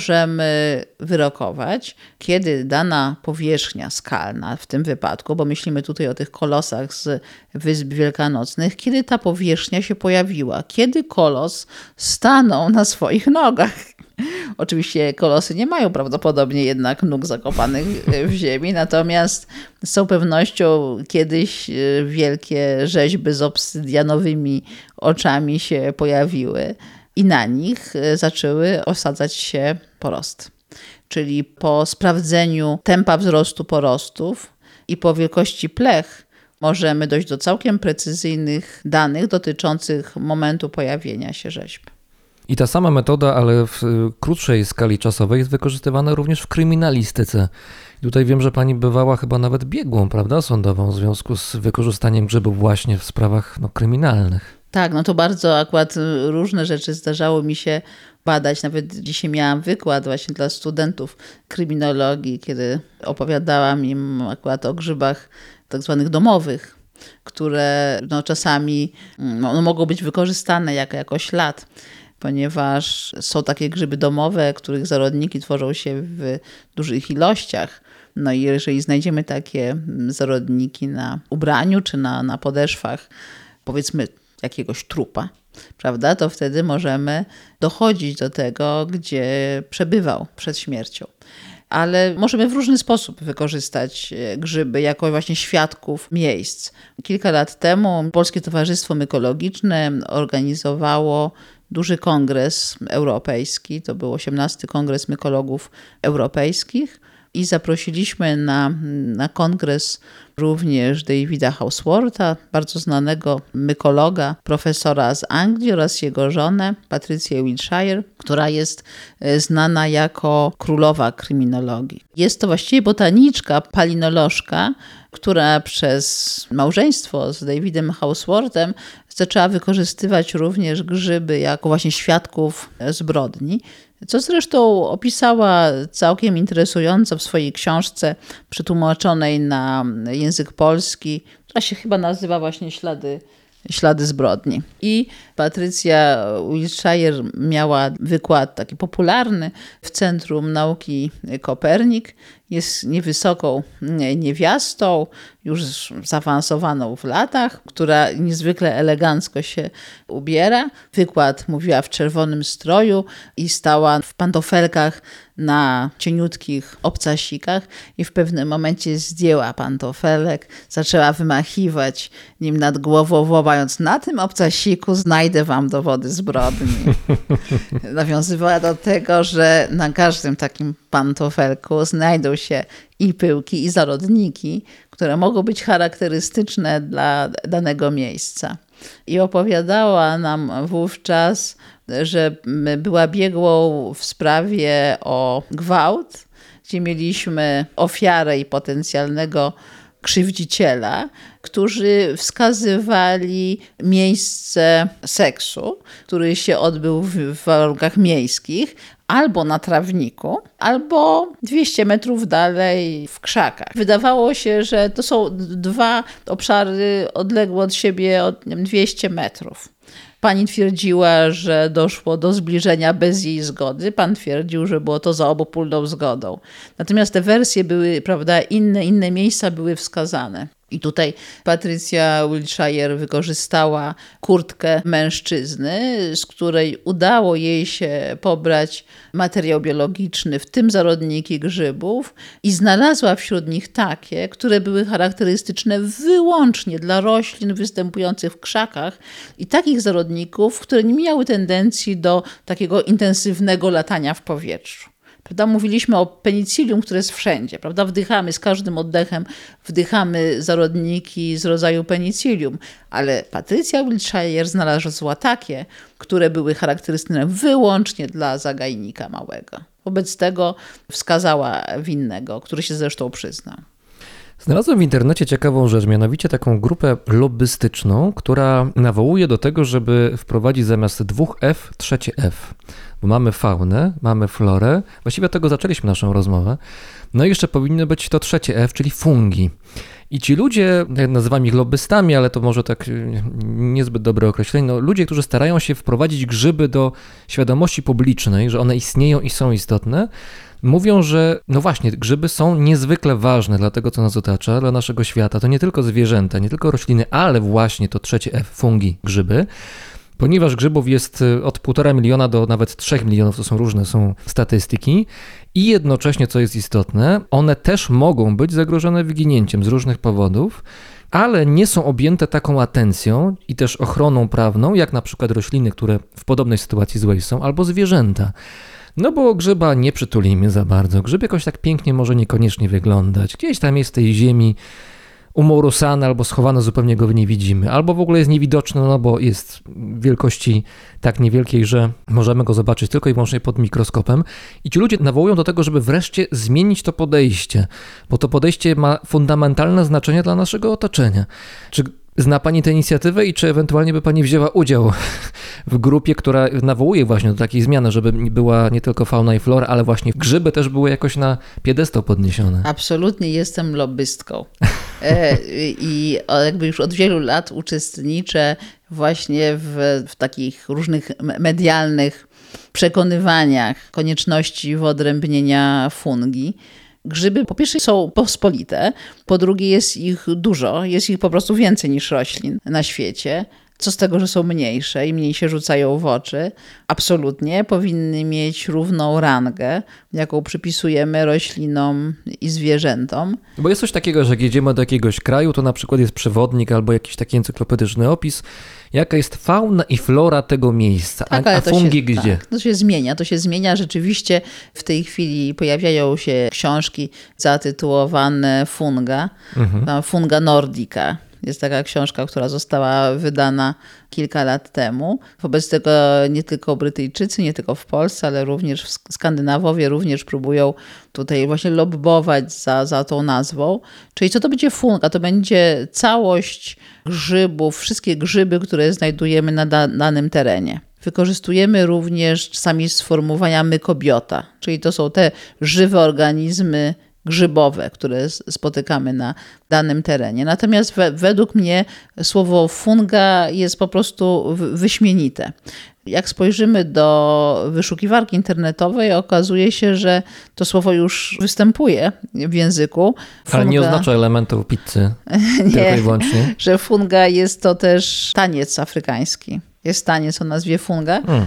Speaker 3: możemy wyrokować, kiedy dana powierzchnia skalna, w tym wypadku, bo myślimy tutaj o tych kolosach z Wysp Wielkanocnych, kiedy ta powierzchnia się pojawiła, kiedy kolos stanął na swoich nogach. Oczywiście kolosy nie mają prawdopodobnie jednak nóg zakopanych w ziemi, natomiast z całą pewnością kiedyś wielkie rzeźby z obsydianowymi oczami się pojawiły i na nich zaczęły osadzać się porosty. Czyli po sprawdzeniu tempa wzrostu porostów i po wielkości plech możemy dojść do całkiem precyzyjnych danych dotyczących momentu pojawienia się rzeźb.
Speaker 1: I ta sama metoda, ale w krótszej skali czasowej jest wykorzystywana również w kryminalistyce. I tutaj wiem, że pani bywała chyba nawet biegłą, prawda, sądową w związku z wykorzystaniem grzybów właśnie w sprawach no, kryminalnych.
Speaker 3: Tak, no to bardzo akurat różne rzeczy zdarzało mi się badać. Nawet dzisiaj miałam wykład właśnie dla studentów kryminologii, kiedy opowiadałam im akurat o grzybach tak zwanych domowych, które no, czasami no, no, mogą być wykorzystane jako, jako ślad, ponieważ są takie grzyby domowe, których zarodniki tworzą się w dużych ilościach. No i jeżeli znajdziemy takie zarodniki na ubraniu czy na, na podeszwach, powiedzmy jakiegoś trupa, prawda, to wtedy możemy dochodzić do tego, gdzie przebywał przed śmiercią. Ale możemy w różny sposób wykorzystać grzyby jako właśnie świadków miejsc. Kilka lat temu Polskie Towarzystwo Mykologiczne organizowało duży kongres europejski, to był osiemnasty Kongres Mykologów Europejskich i zaprosiliśmy na, na kongres również Davida Hawswortha, bardzo znanego mykologa, profesora z Anglii oraz jego żonę, Patrycję Wiltshire, która jest znana jako królowa kryminologii. Jest to właściwie botaniczka, palinolożka, która przez małżeństwo z Davidem Hawsworthem zaczęła wykorzystywać również grzyby jako właśnie świadków zbrodni, co zresztą opisała całkiem interesująco w swojej książce przetłumaczonej na język polski, która się chyba nazywa właśnie Ślady, Ślady zbrodni. I Patrycja Wiltshire miała wykład taki popularny w Centrum Nauki Kopernik. Jest niewysoką niewiastą, już zaawansowaną w latach, która niezwykle elegancko się ubiera. Wykład mówiła w czerwonym stroju i stała w pantofelkach na cieniutkich obcasikach i w pewnym momencie zdjęła pantofelek, zaczęła wymachiwać nim nad głową, wołając: na tym obcasiku znajdę wam dowody zbrodni. Nawiązywała do tego, że na każdym takim pantofelku znajdą się i pyłki, i zarodniki, które mogą być charakterystyczne dla danego miejsca. I opowiadała nam wówczas, że była biegłą w sprawie o gwałt, gdzie mieliśmy ofiarę i potencjalnego krzywdziciela, którzy wskazywali miejsce seksu, który się odbył w, w warunkach miejskich, albo na trawniku, albo dwieście metrów dalej w krzakach. Wydawało się, że to są dwa obszary odległe od siebie o dwieście metrów. Pani twierdziła, że doszło do zbliżenia bez jej zgody. Pan twierdził, że było to za obopólną zgodą. Natomiast te wersje były, prawda, inne, inne miejsca były wskazane. I tutaj Patrycja Wiltshire wykorzystała kurtkę mężczyzny, z której udało jej się pobrać materiał biologiczny, w tym zarodniki grzybów, i znalazła wśród nich takie, które były charakterystyczne wyłącznie dla roślin występujących w krzakach i takich zarodników, które nie miały tendencji do takiego intensywnego latania w powietrzu. Prawda? Mówiliśmy o penicillium, które jest wszędzie. Prawda? Wdychamy, z każdym oddechem wdychamy zarodniki z rodzaju penicillium, ale Patrycja Wiltshire znalazła takie, które były charakterystyczne wyłącznie dla zagajnika małego. Wobec tego wskazała winnego, który się zresztą przyznał.
Speaker 1: Znalazłem w internecie ciekawą rzecz, mianowicie taką grupę lobbystyczną, która nawołuje do tego, żeby wprowadzić zamiast dwóch F trzecie F. Bo mamy faunę, mamy florę, właściwie od tego zaczęliśmy naszą rozmowę. No i jeszcze powinno być to trzecie F, czyli fungi. I ci ludzie, ja nazywam ich lobbystami, ale to może tak niezbyt dobre określenie, no, ludzie, którzy starają się wprowadzić grzyby do świadomości publicznej, że one istnieją i są istotne, mówią, że no właśnie, grzyby są niezwykle ważne dla tego, co nas otacza, dla naszego świata. To nie tylko zwierzęta, nie tylko rośliny, ale właśnie to trzecie F, fungi, grzyby. Ponieważ grzybów jest od półtora miliona do nawet trzech milionów, to są różne są statystyki i jednocześnie, co jest istotne, one też mogą być zagrożone wyginięciem z różnych powodów, ale nie są objęte taką atencją i też ochroną prawną, jak na przykład rośliny, które w podobnej sytuacji złej są, albo zwierzęta. No bo grzyba nie przytulimy za bardzo. Grzyb jakoś tak pięknie może niekoniecznie wyglądać. Gdzieś tam jest w tej ziemi umorusany albo schowany, zupełnie go nie widzimy. Albo w ogóle jest niewidoczny, no bo jest wielkości tak niewielkiej, że możemy go zobaczyć tylko i wyłącznie pod mikroskopem. I ci ludzie nawołują do tego, żeby wreszcie zmienić to podejście, bo to podejście ma fundamentalne znaczenie dla naszego otoczenia. Czy zna Pani tę inicjatywę i czy ewentualnie by Pani wzięła udział w grupie, która nawołuje właśnie do takiej zmiany, żeby była nie tylko fauna i flora, ale właśnie grzyby też były jakoś na piedestał podniesione?
Speaker 3: Absolutnie jestem lobbystką. E, I jakby już od wielu lat uczestniczę właśnie w, w takich różnych medialnych przekonywaniach konieczności wyodrębnienia fungi. Grzyby po pierwsze są pospolite, po drugie jest ich dużo, jest ich po prostu więcej niż roślin na świecie. Co z tego, że są mniejsze i mniej się rzucają w oczy? Absolutnie powinny mieć równą rangę, jaką przypisujemy roślinom i zwierzętom.
Speaker 1: Bo jest coś takiego, że jak jedziemy do jakiegoś kraju, to na przykład jest przewodnik albo jakiś taki encyklopedyczny opis, jaka jest fauna i flora tego miejsca,
Speaker 3: tak,
Speaker 1: a, a fungi
Speaker 3: się,
Speaker 1: gdzie?
Speaker 3: Tak, to się zmienia, to się zmienia. Rzeczywiście w tej chwili pojawiają się książki zatytułowane Funga, mhm. Funga Nordica. Jest taka książka, która została wydana kilka lat temu. Wobec tego nie tylko Brytyjczycy, nie tylko w Polsce, ale również Skandynawowie również próbują tutaj właśnie lobbować za, za tą nazwą. Czyli co to będzie funga? To będzie całość grzybów, wszystkie grzyby, które znajdujemy na da- danym terenie. Wykorzystujemy również czasami sformułowania mykobiota, czyli to są te żywe organizmy grzybowe, które spotykamy na danym terenie. Natomiast we, według mnie słowo funga jest po prostu wyśmienite. Jak spojrzymy do wyszukiwarki internetowej, okazuje się, że to słowo już występuje w języku. Funga,
Speaker 1: ale nie oznacza elementów pizzy,
Speaker 3: nie,
Speaker 1: tylko i wyłącznie.
Speaker 3: Że funga jest to też taniec afrykański. Jest taniec o nazwie funga. Hmm.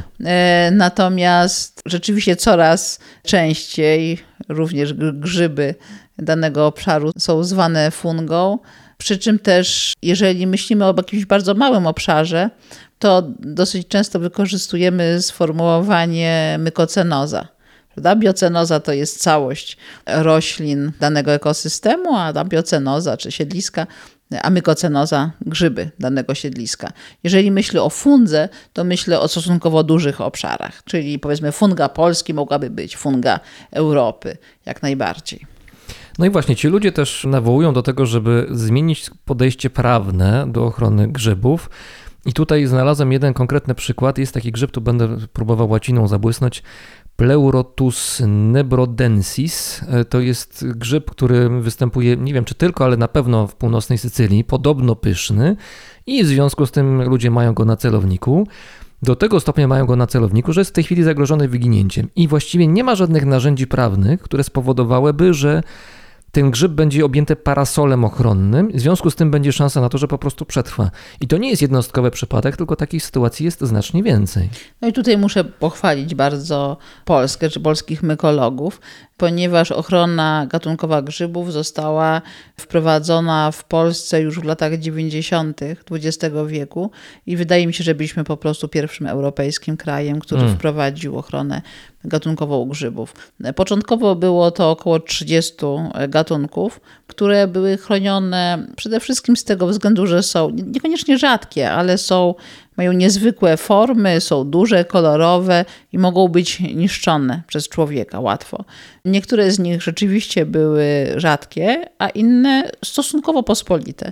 Speaker 3: Natomiast rzeczywiście coraz częściej również grzyby danego obszaru są zwane fungą. Przy czym też, jeżeli myślimy o jakimś bardzo małym obszarze, to dosyć często wykorzystujemy sformułowanie mykocenoza. Biocenoza to jest całość roślin danego ekosystemu, a ta biocenoza czy siedliska, a mykocenoza grzyby danego siedliska. Jeżeli myślę o fundze, to myślę o stosunkowo dużych obszarach, czyli powiedzmy funga Polski mogłaby być funga Europy, jak najbardziej.
Speaker 1: No i właśnie ci ludzie też nawołują do tego, żeby zmienić podejście prawne do ochrony grzybów. I tutaj znalazłem jeden konkretny przykład. Jest taki grzyb, tu będę próbował łaciną zabłysnąć. Pleurotus nebrodensis. To jest grzyb, który występuje, nie wiem czy tylko, ale na pewno w północnej Sycylii. Podobno pyszny i w związku z tym ludzie mają go na celowniku. Do tego stopnia mają go na celowniku, że jest w tej chwili zagrożony wyginięciem. I właściwie nie ma żadnych narzędzi prawnych, które spowodowałyby, że ten grzyb będzie objęty parasolem ochronnym, w związku z tym będzie szansa na to, że po prostu przetrwa. I to nie jest jednostkowy przypadek, tylko takich sytuacji jest znacznie więcej.
Speaker 3: No i tutaj muszę pochwalić bardzo Polskę, czy polskich mykologów, ponieważ ochrona gatunkowa grzybów została wprowadzona w Polsce już w latach dziewięćdziesiątych dwudziestego wieku i wydaje mi się, że byliśmy po prostu pierwszym europejskim krajem, który hmm. wprowadził ochronę gatunkową grzybów. Początkowo było to około trzydziestu gatunków, które były chronione przede wszystkim z tego względu, że są niekoniecznie rzadkie, ale są, mają niezwykłe formy, są duże, kolorowe i mogą być niszczone przez człowieka łatwo. Niektóre z nich rzeczywiście były rzadkie, a inne stosunkowo pospolite.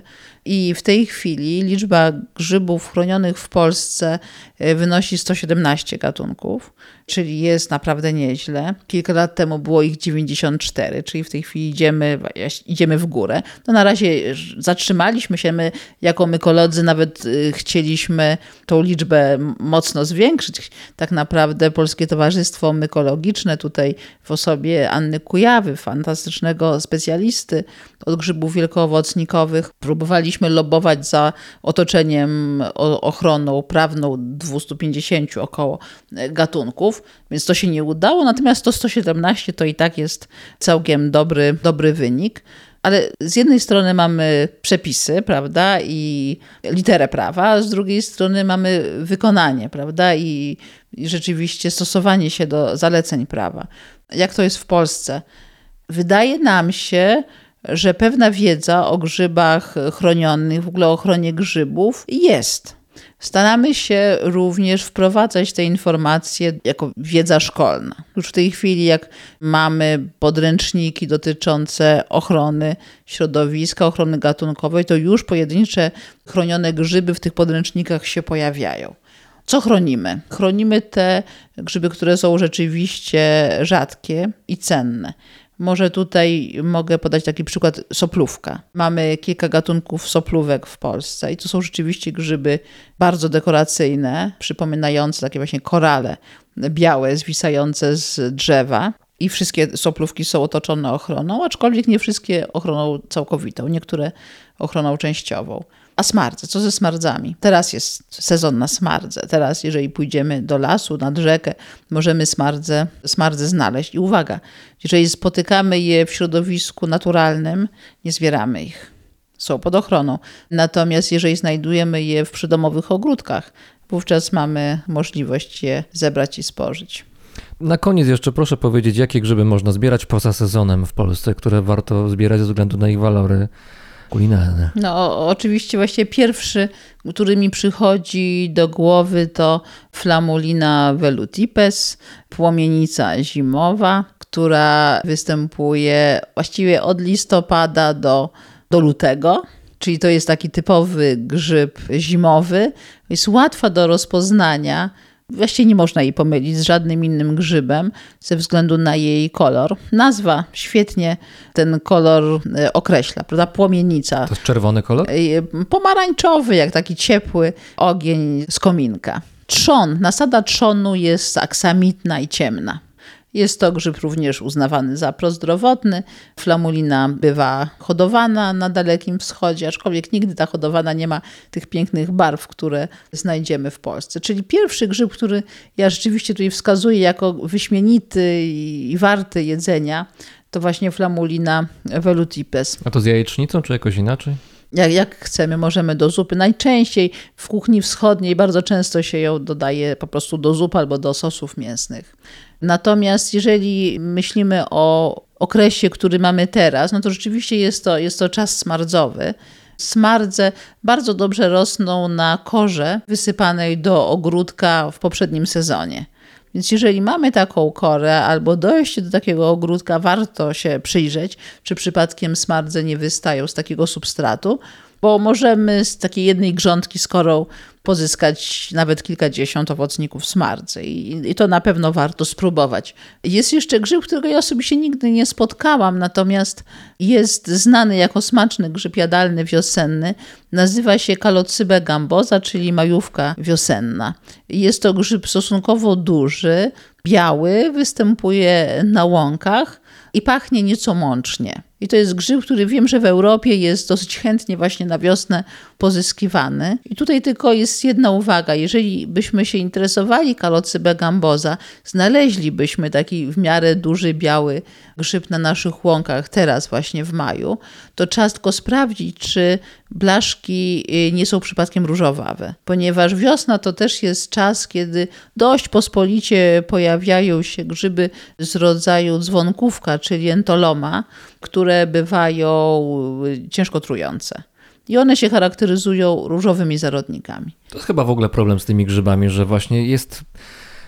Speaker 3: I w tej chwili liczba grzybów chronionych w Polsce wynosi sto siedemnaście gatunków, czyli jest naprawdę nieźle. Kilka lat temu było ich dziewięćdziesiąt cztery, czyli w tej chwili idziemy, idziemy w górę. No na razie zatrzymaliśmy się, my jako mykolodzy nawet chcieliśmy tą liczbę mocno zwiększyć. Tak naprawdę Polskie Towarzystwo Mykologiczne tutaj w osobie Anny Kujawy, fantastycznego specjalisty od grzybów wielkoowocnikowych, próbowaliśmy lobbować za otoczeniem ochroną prawną dwieście pięćdziesiąt około gatunków, więc to się nie udało, natomiast to sto siedemnaście to i tak jest całkiem dobry, dobry wynik. Ale z jednej strony mamy przepisy, prawda, i literę prawa, a z drugiej strony mamy wykonanie, prawda, i, i rzeczywiście stosowanie się do zaleceń prawa. Jak to jest w Polsce? Wydaje nam się, że pewna wiedza o grzybach chronionych, w ogóle o ochronie grzybów jest. Staramy się również wprowadzać te informacje jako wiedza szkolna. Już w tej chwili, jak mamy podręczniki dotyczące ochrony środowiska, ochrony gatunkowej, to już pojedyncze chronione grzyby w tych podręcznikach się pojawiają. Co chronimy? Chronimy te grzyby, które są rzeczywiście rzadkie i cenne. Może tutaj mogę podać taki przykład soplówka. Mamy kilka gatunków soplówek w Polsce i to są rzeczywiście grzyby bardzo dekoracyjne, przypominające takie właśnie korale białe zwisające z drzewa. I wszystkie soplówki są otoczone ochroną, aczkolwiek nie wszystkie ochroną całkowitą, niektóre ochroną częściową. A smardze, co ze smardzami? Teraz jest sezon na smardze. Teraz, jeżeli pójdziemy do lasu, nad rzekę, możemy smardze, smardze znaleźć. I uwaga, jeżeli spotykamy je w środowisku naturalnym, nie zbieramy ich. Są pod ochroną. Natomiast jeżeli znajdujemy je w przydomowych ogródkach, wówczas mamy możliwość je zebrać i spożyć.
Speaker 1: Na koniec jeszcze proszę powiedzieć, jakie grzyby można zbierać poza sezonem w Polsce, które warto zbierać ze względu na ich walory kulinarne.
Speaker 3: No oczywiście właśnie pierwszy, który mi przychodzi do głowy, to Flammulina velutipes, płomienica zimowa, która występuje właściwie od listopada do, do lutego. Czyli to jest taki typowy grzyb zimowy. Jest łatwa do rozpoznania. Właściwie nie można jej pomylić z żadnym innym grzybem ze względu na jej kolor. Nazwa świetnie ten kolor określa, prawda? Płomienica.
Speaker 1: To jest czerwony kolor?
Speaker 3: Pomarańczowy, jak taki ciepły ogień z kominka. Trzon, nasada trzonu jest aksamitna i ciemna. Jest to grzyb również uznawany za prozdrowotny. Flammulina bywa hodowana na Dalekim Wschodzie, aczkolwiek nigdy ta hodowana nie ma tych pięknych barw, które znajdziemy w Polsce. Czyli pierwszy grzyb, który ja rzeczywiście tutaj wskazuję jako wyśmienity i warty jedzenia, to właśnie Flammulina velutipes.
Speaker 1: A to z jajecznicą, czy jakoś inaczej?
Speaker 3: Jak, jak chcemy, możemy do zupy. Najczęściej w kuchni wschodniej bardzo często się ją dodaje po prostu do zup albo do sosów mięsnych. Natomiast jeżeli myślimy o okresie, który mamy teraz, no to rzeczywiście jest to, jest to czas smardzowy. Smardze bardzo dobrze rosną na korze wysypanej do ogródka w poprzednim sezonie. Więc jeżeli mamy taką korę albo dojście do takiego ogródka, warto się przyjrzeć, czy przypadkiem smardze nie wystają z takiego substratu, bo możemy z takiej jednej grządki z korą pozyskać nawet kilkadziesiąt owocników smardzy i, i to na pewno warto spróbować. Jest jeszcze grzyb, którego ja osobiście nigdy nie spotkałam, natomiast jest znany jako smaczny grzyb jadalny wiosenny. Nazywa się Calocybe gambosa, czyli majówka wiosenna. Jest to grzyb stosunkowo duży, biały, występuje na łąkach i pachnie nieco mącznie. I to jest grzyb, który wiem, że w Europie jest dosyć chętnie właśnie na wiosnę pozyskiwany. I tutaj tylko jest jedna uwaga. Jeżeli byśmy się interesowali Calocybe gambosa, znaleźlibyśmy taki w miarę duży, biały grzyb na naszych łąkach teraz właśnie w maju, to czas tylko sprawdzić, czy blaszki nie są przypadkiem różowawe. Ponieważ wiosna to też jest czas, kiedy dość pospolicie pojawiają się grzyby z rodzaju dzwonkówka, czyli entoloma, które bywają ciężko trujące. I one się charakteryzują różowymi zarodnikami.
Speaker 1: To jest chyba w ogóle problem z tymi grzybami, że właśnie jest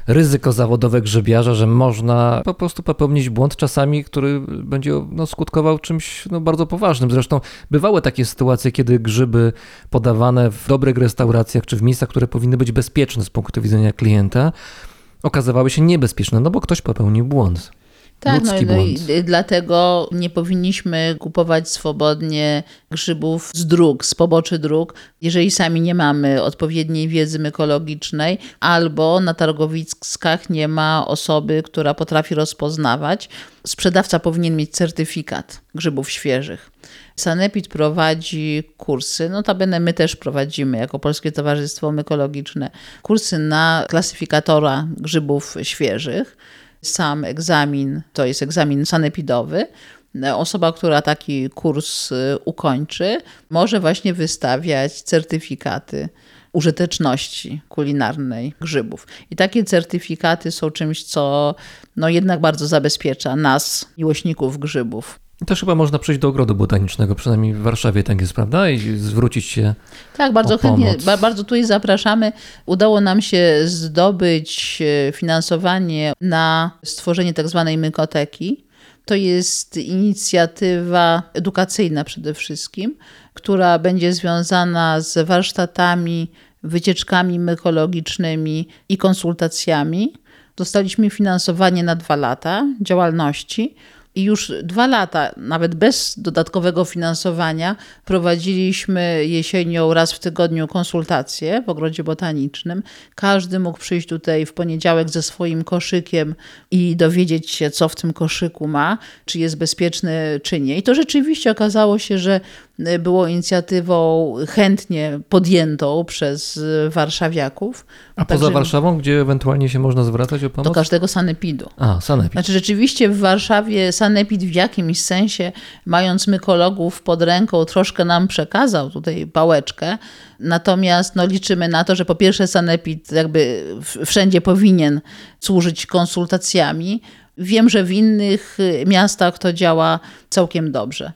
Speaker 1: ryzyko zawodowe grzybiarza, że można po prostu popełnić błąd czasami, który będzie no, skutkował czymś no, bardzo poważnym. Zresztą bywały takie sytuacje, kiedy grzyby podawane w dobrych restauracjach czy w miejscach, które powinny być bezpieczne z punktu widzenia klienta, okazywały się niebezpieczne, no bo ktoś popełnił błąd.
Speaker 3: Tak, no,
Speaker 1: Ludzki
Speaker 3: no i
Speaker 1: błąd.
Speaker 3: dlatego nie powinniśmy kupować swobodnie grzybów z dróg, z poboczy dróg, jeżeli sami nie mamy odpowiedniej wiedzy mykologicznej, albo na targowiskach nie ma osoby, która potrafi rozpoznawać. Sprzedawca powinien mieć certyfikat grzybów świeżych. Sanepid prowadzi kursy, notabene my też prowadzimy jako Polskie Towarzystwo Mykologiczne kursy na klasyfikatora grzybów świeżych. Sam egzamin to jest egzamin sanepidowy. Osoba, która taki kurs ukończy, może właśnie wystawiać certyfikaty użyteczności kulinarnej grzybów. I takie certyfikaty są czymś, co no jednak bardzo zabezpiecza nas, miłośników grzybów.
Speaker 1: Też chyba można przyjść do ogrodu botanicznego, przynajmniej w Warszawie tak jest, prawda? I zwrócić się
Speaker 3: Tak, bardzo
Speaker 1: o
Speaker 3: chętnie,
Speaker 1: pomoc.
Speaker 3: ba- bardzo tutaj zapraszamy. Udało nam się zdobyć finansowanie na stworzenie tak zwanej mykoteki. To jest inicjatywa edukacyjna przede wszystkim, która będzie związana z warsztatami, wycieczkami mykologicznymi i konsultacjami. Dostaliśmy finansowanie na dwa lata działalności. I już dwa lata, nawet bez dodatkowego finansowania, prowadziliśmy jesienią raz w tygodniu konsultacje w ogrodzie botanicznym. Każdy mógł przyjść tutaj w poniedziałek ze swoim koszykiem i dowiedzieć się, co w tym koszyku ma, czy jest bezpieczny, czy nie. I to rzeczywiście okazało się, że było inicjatywą chętnie podjętą przez warszawiaków.
Speaker 1: A
Speaker 3: Także
Speaker 1: poza Warszawą, gdzie ewentualnie się można zwracać o pomoc?
Speaker 3: do każdego sanepidu.
Speaker 1: A, sanepid.
Speaker 3: Znaczy rzeczywiście w Warszawie sanepid w jakimś sensie, mając mykologów pod ręką, troszkę nam przekazał tutaj pałeczkę. Natomiast no, liczymy na to, że po pierwsze sanepid jakby wszędzie powinien służyć konsultacjami. Wiem, że w innych miastach to działa całkiem dobrze.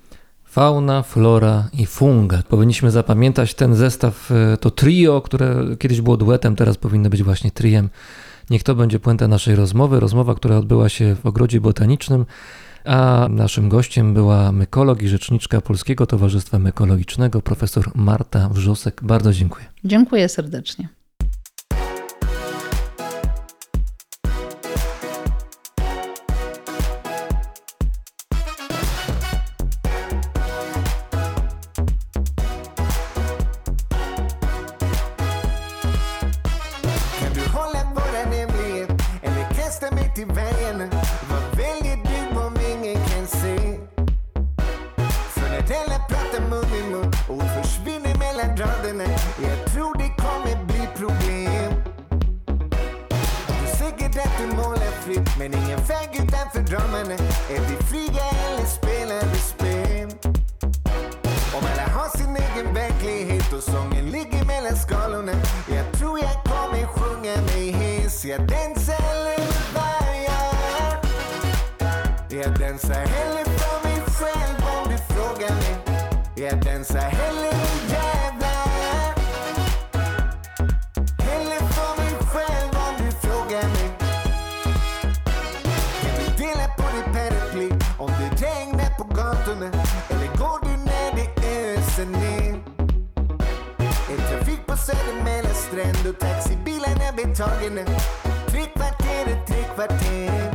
Speaker 1: Fauna, flora i funga. Powinniśmy zapamiętać ten zestaw, to trio, które kiedyś było duetem, teraz powinno być właśnie triem. Niech to będzie puenta naszej rozmowy. Rozmowa, która odbyła się w Ogrodzie Botanicznym, a naszym gościem była mykolog i rzeczniczka Polskiego Towarzystwa Mykologicznego, profesor Marta Wrzosek. Bardzo dziękuję.
Speaker 3: Dziękuję serdecznie.
Speaker 4: Men ingen väg utanför drömmarna. Är vi fria eller spelar vi spel? Om alla har sin egen verklighet och sången ligger mellan skalorna. Jag tror jag kommer sjunga mig hes. Jag dansar eller vargar. Jag dansar hellre för mig själv om du frågar mig. Jag dansar hellre jävlar. Hellre för mig själv om du frågar mig. Om det regnar på gatorna eller går du när det öser ner? En trafik på Söder mellan stränd och taxibilarna blir tagna. Tre kvarter är tre kvarter.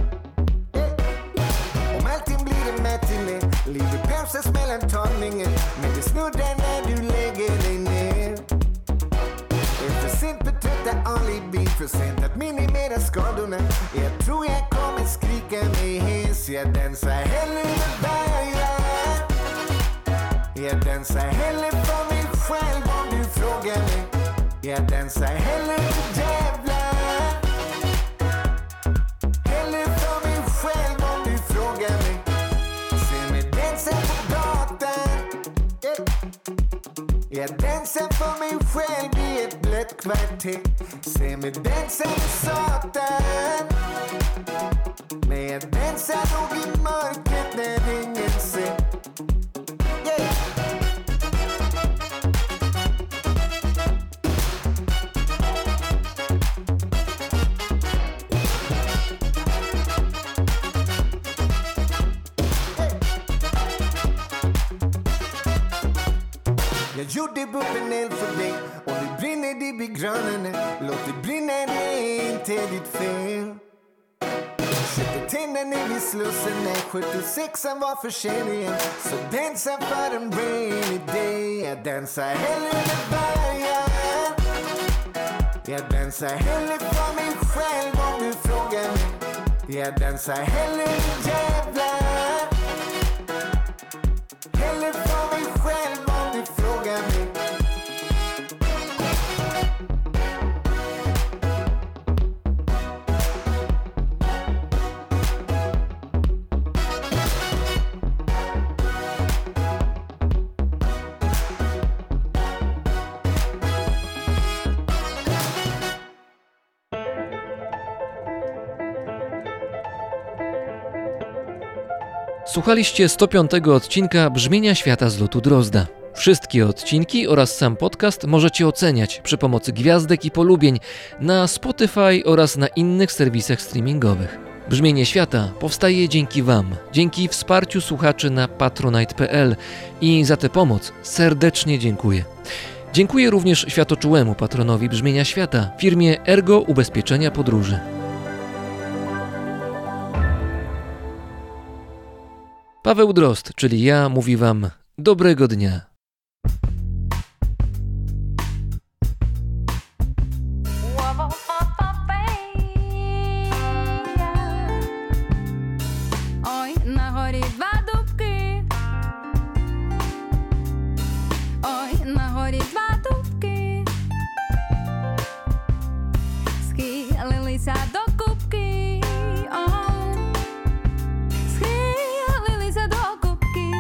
Speaker 4: Om allting blir en matiné, livet pausas mellan tagningen. Men det snuddar när du lägger dig ner. Är för sent på trötta alibi, för sent att minimera skadorna. Jag tror jag kommer skrika mig hes. Jag dansar hellre med vargar. Jag dansar hellre för mig själv om du frågar mig. Jag dansar hellre med jävlar. Hellre för mig själv om du frågar mig. Se mig dansa på gatan. Jag dansar för mig själv i ett blött kvarter. Se mig dansa med satan. Men jag dansar nog i mörkret när ingen ser. Yeah. gjort det upp en eld för dig. Om det brinner, det blir grönare. Låt det brinna, det är inte ditt fel. Sätter tänderna vid slussen när sjuttiosexan var för sen igen. Så dansa för en rainy day. Jag dansar hellre med bergen. Jag dansar hellre för mig själv om du frågar mig. Jag dansar hellre med jävlar. Hellre för mig själv om du frågar mig.
Speaker 1: Słuchaliście sto piątego odcinka Brzmienia Świata z lotu Drozda. Wszystkie odcinki oraz sam podcast możecie oceniać przy pomocy gwiazdek i polubień na Spotify oraz na innych serwisach streamingowych. Brzmienie Świata powstaje dzięki Wam, dzięki wsparciu słuchaczy na patronite kropka p l i za tę pomoc serdecznie dziękuję. Dziękuję również światoczułemu patronowi Brzmienia Świata, firmie Ergo Ubezpieczenia Podróży. Paweł Drozd, czyli ja, mówi Wam dobrego dnia.
Speaker 5: Ой, на горі два дубки. Ой, на горі два дубки. Схилилися до кубки. Ой. Схилилися до кубки.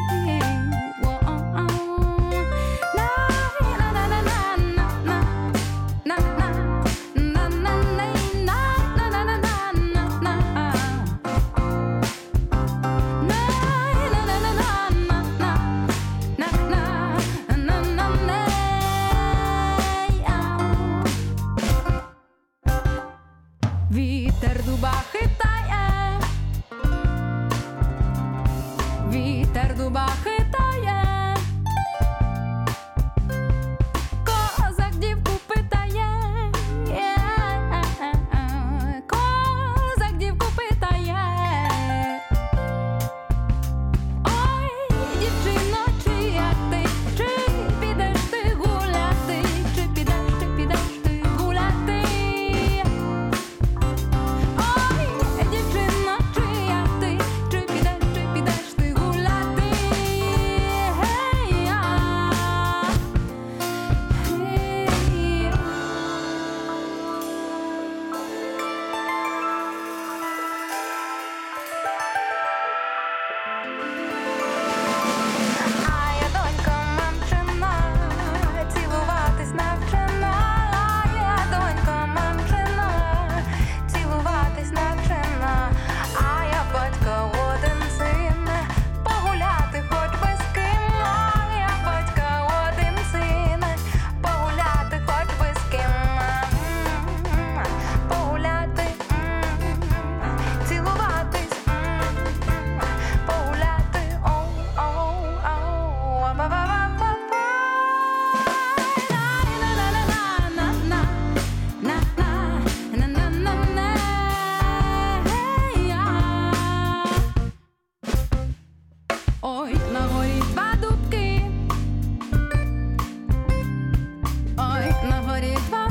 Speaker 5: Вітер дуба хитає, вітер дуба хитає, козак дівку питає, козак дівку питає. Ой, дівчино, чия ти, чи підеш ти гуляти, чи підеш, чи підеш ти гуляти. Ой, дівчино, чия ти, чи підеш, чи підеш ти гуляти. Гей-я, гей-я. А я донька мамчина, цілуватись навчена. А я донька мамчина, цілуватись навчена. А я батько один син, погуляти хоч би з ким. А я батька один син, погуляти хоч би з ким. М, Погуляти, м, цілуватись, м, погуляти, оу, оу, оу, ба-ба-ба-ба-ба. На-на-на-на-на-на, на-на, на-на-на-на, гей-я. Ой, на горі два дубки. Ой, на горі два